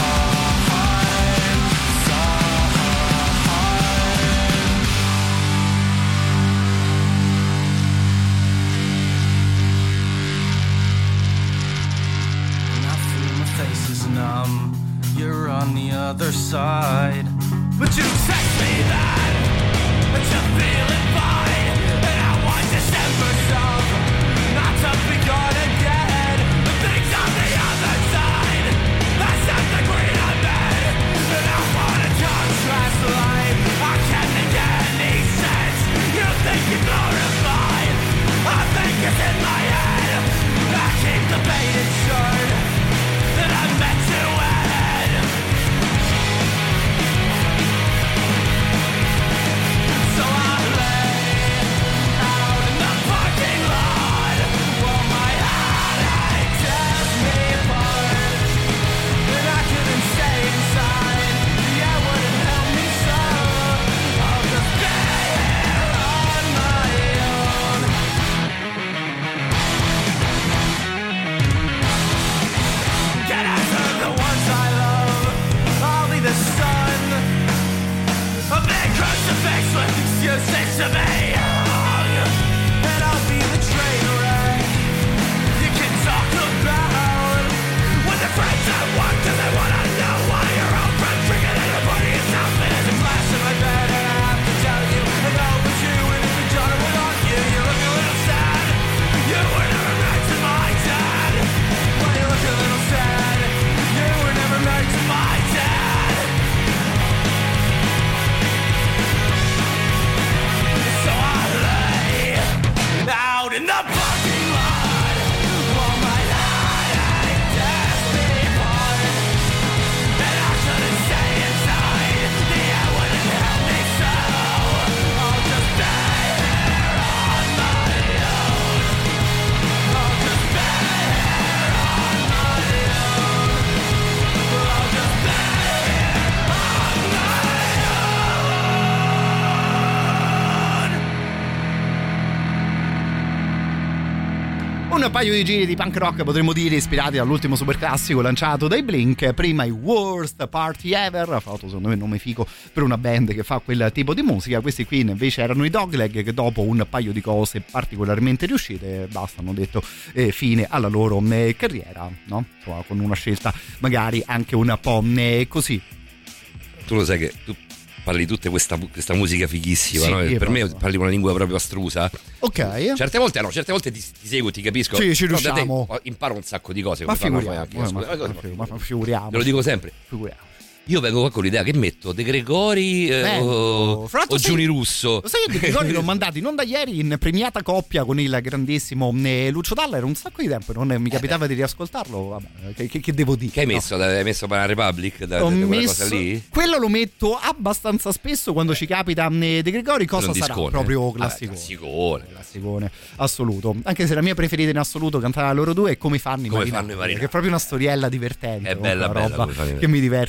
And I feel my face is numb. You're on the other side. But you text me that, but you're feeling fine. And I want December song, not to be gone again. The things on the other side, that's not the green I'm in. And I wanna contrast life, I can't make any sense. You think you're glorified, I think it's in my head. I keep the baited shirt that I meant to end. So I lay out in the parking lot while my headache tears me apart. And I couldn't stay inside, the air wouldn't help me, so I'll just stay here on my own. Get after the ones I love, I'll be the sun. A big crucifix with excuses to be wrong. And I'll be the train wreck you can talk about. When the friends at work, do they wanna know why your old friends drinking at a party is not fit as a glass in my bed? And I have to tell you, I know but you, and if you don't, it was on you. You look a little sad, you were never married to my dad. Well, you look a little sad, you were never married to my dad. So I lay out in the parking lot while my headache tears me apart. And I couldn't stay inside, the air wouldn't help me, so I'll just stay here on my own. I'll just stay here on my own. I'll just stay here on my Un paio di giri di punk rock, potremmo dire, ispirati dall'ultimo superclassico lanciato dai Blink. Prima i Worst Party Ever, ha fatto secondo me un nome figo per una band che fa quel tipo di musica. Questi qui invece erano i Dogleg, che dopo un paio di cose particolarmente riuscite, basta, hanno detto eh, fine alla loro eh, carriera, no? Insomma, con una scelta magari anche un po' eh, così. Tu lo sai che tu parli di tutta questa, questa musica fighissima, Sì, no? Per proprio. me parli una lingua proprio astrusa. Ok. Certe volte no, certe volte ti, ti seguo, ti capisco. Sì, ci Però da te riusciamo. imparo un sacco di cose. Ma come fanno figuriamo, anche, ma, scusa, ma, ma, ma figuriamo. Ve lo dico sempre. Figuriamo. Io vengo qua con l'idea che metto De Gregori eh, Bello. o, Fra l'altro o sai- Giuni Russo. Lo sai che De Gregori l'ho mandati non da ieri in premiata coppia con il grandissimo eh, Lucio Dalla, era un sacco di tempo, non mi capitava di riascoltarlo. Vabbè, che, che, che devo dire? Che hai no? messo? Hai messo Banana Republic? Da, Ho da quella messo- cosa lì? Quello lo metto abbastanza spesso quando ci capita eh, De Gregori. Cosa Un sarà? discone. Proprio Vabbè, classicone. classicone. Classicone assoluto. Anche se la mia preferita in assoluto cantare loro due è Come fanno i Come marinai, fanno i marinai. che è proprio una storiella divertente. È comunque, bella, una bella, roba Come fanno i che mi diverte da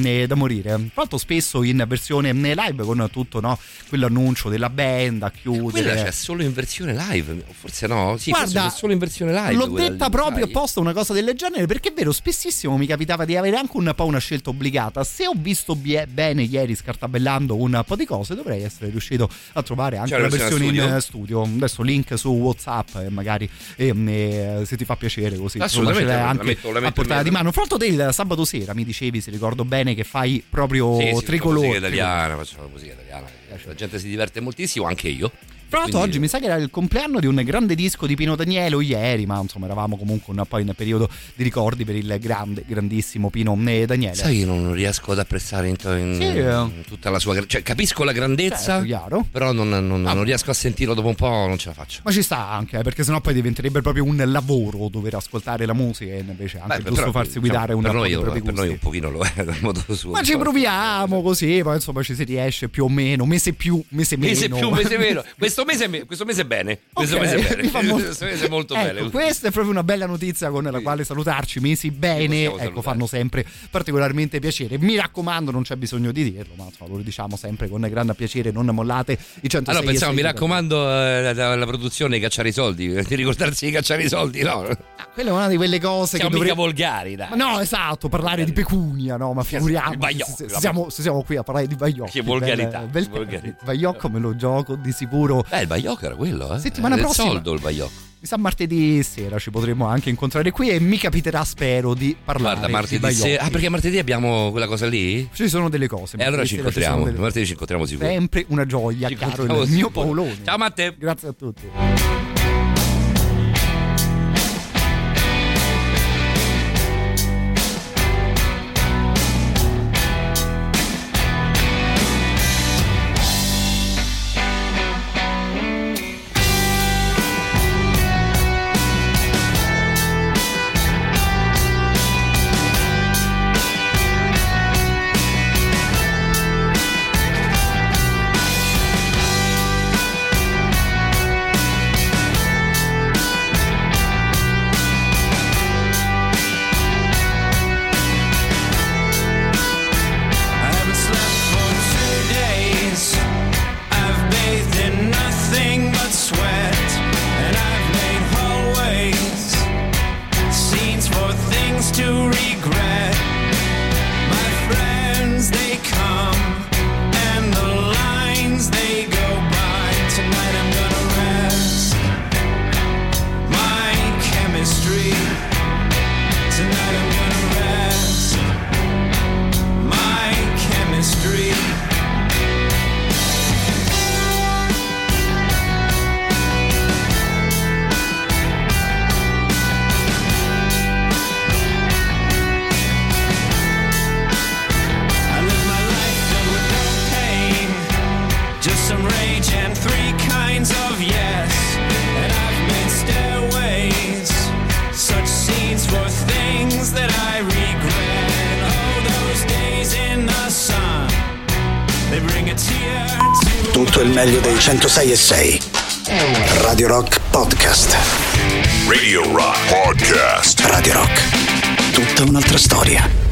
eh, da morire. Tra l'altro spesso in versione live con tutto, no, quell'annuncio della band a chiudere. Quella c'è solo in versione live, forse no? Sì, Guarda, forse c'è solo in versione live. L'ho quella detta lì, proprio sai? apposta una cosa del genere, perché è vero, spessissimo mi capitava di avere anche un po' una scelta obbligata. Se ho visto bie- bene ieri scartabellando un po' di cose, dovrei essere riuscito a trovare anche C'è la la versione versione in studio? studio. Adesso link su WhatsApp e magari ehm, eh, se ti fa piacere così Assolutamente, insomma, ce l'hai la anche metto- la metto a portata in di mano. Fra l'altro te il sabato sera mi dicevi, se ricordo bene, che fai proprio Sì, sì, tricolore. musica italiana, facciamo musica italiana. La gente si diverte moltissimo, anche io. Fra l'altro Quindi- oggi mi sa che era il compleanno di un grande disco di Pino Daniele, o ieri, ma insomma eravamo comunque un po' in periodo di ricordi per il grande, grandissimo Pino Daniele. Sai, io non riesco ad apprezzare in, in, Sì. in tutta la sua gra- cioè capisco la grandezza, Certo, chiaro. però non, non- non riesco a sentirlo, dopo un po' non ce la faccio. Ma ci sta anche, eh, perché sennò poi diventerebbe proprio un lavoro dover ascoltare la musica, e invece anche Beh, giusto però, farsi diciamo, guidare un per po' noi, dei propri per gusti. noi un pochino lo è dal modo suo. Ma ci proviamo così, poi insomma ci si riesce più o meno, mese più, mese meno. Mese più, mese meno. Questo mese, me- questo mese è bene. Questo Ok, mese è mi bene. fa molto- Questo mese è molto Ecco, bene. questa è proprio una bella notizia con la quale salutarci. Mesi bene, ecco, salutare. fanno sempre particolarmente piacere. Mi raccomando, non c'è bisogno di dirlo, ma insomma, lo diciamo sempre con grande piacere. Non mollate i centosei. Allora pensavo, e mi sei. raccomando, eh, la, la produzione cacciare i soldi, di ricordarsi di cacciare i soldi, no? Quella è una di quelle cose Siamo che mica dovrebbe... volgari, dai. Ma no, esatto, parlare di pecunia, no, ma figuriamoci. Il baiocco, se, se vabbè. siamo, se siamo qui a parlare di baiocco. Che volgarità, Bel, bel che volgarità. Baiocco me lo gioco di sicuro. Eh, il baiocco era quello, eh. Settimana Era del prossima. soldo il baiocco. Mi sa martedì sera ci potremo anche incontrare qui e mi capiterà, spero, di parlare Guarda, di martedì baiocchi. sera. Ah, perché martedì abbiamo quella cosa lì? Ci sono delle cose. E allora ci martedì sera incontriamo. sono delle- Martedì ci incontriamo sicuro. Sempre una gioia, Ci caro incontriamo il mio sicuro. Paolone. Ciao Matte. Grazie a tutti. I haven't slept for two days. I've bathed in nothing but sweat, and I've made hallways, scenes for things to regret. My friends, they come, and the lines they go by. Tonight I'm gonna rest my chemistry. Tonight I'm gonna rest my chemistry. I live my life filled with no pain, just some rage and three kinds of yes. And I've made stairways, such scenes for things that I regret. Oh, those days in the sun, they bring a tear to Tutto il meglio dei centosei e sei. Radio Rock Podcast. Radio Rock Podcast. Radio Rock. Tutta un'altra storia.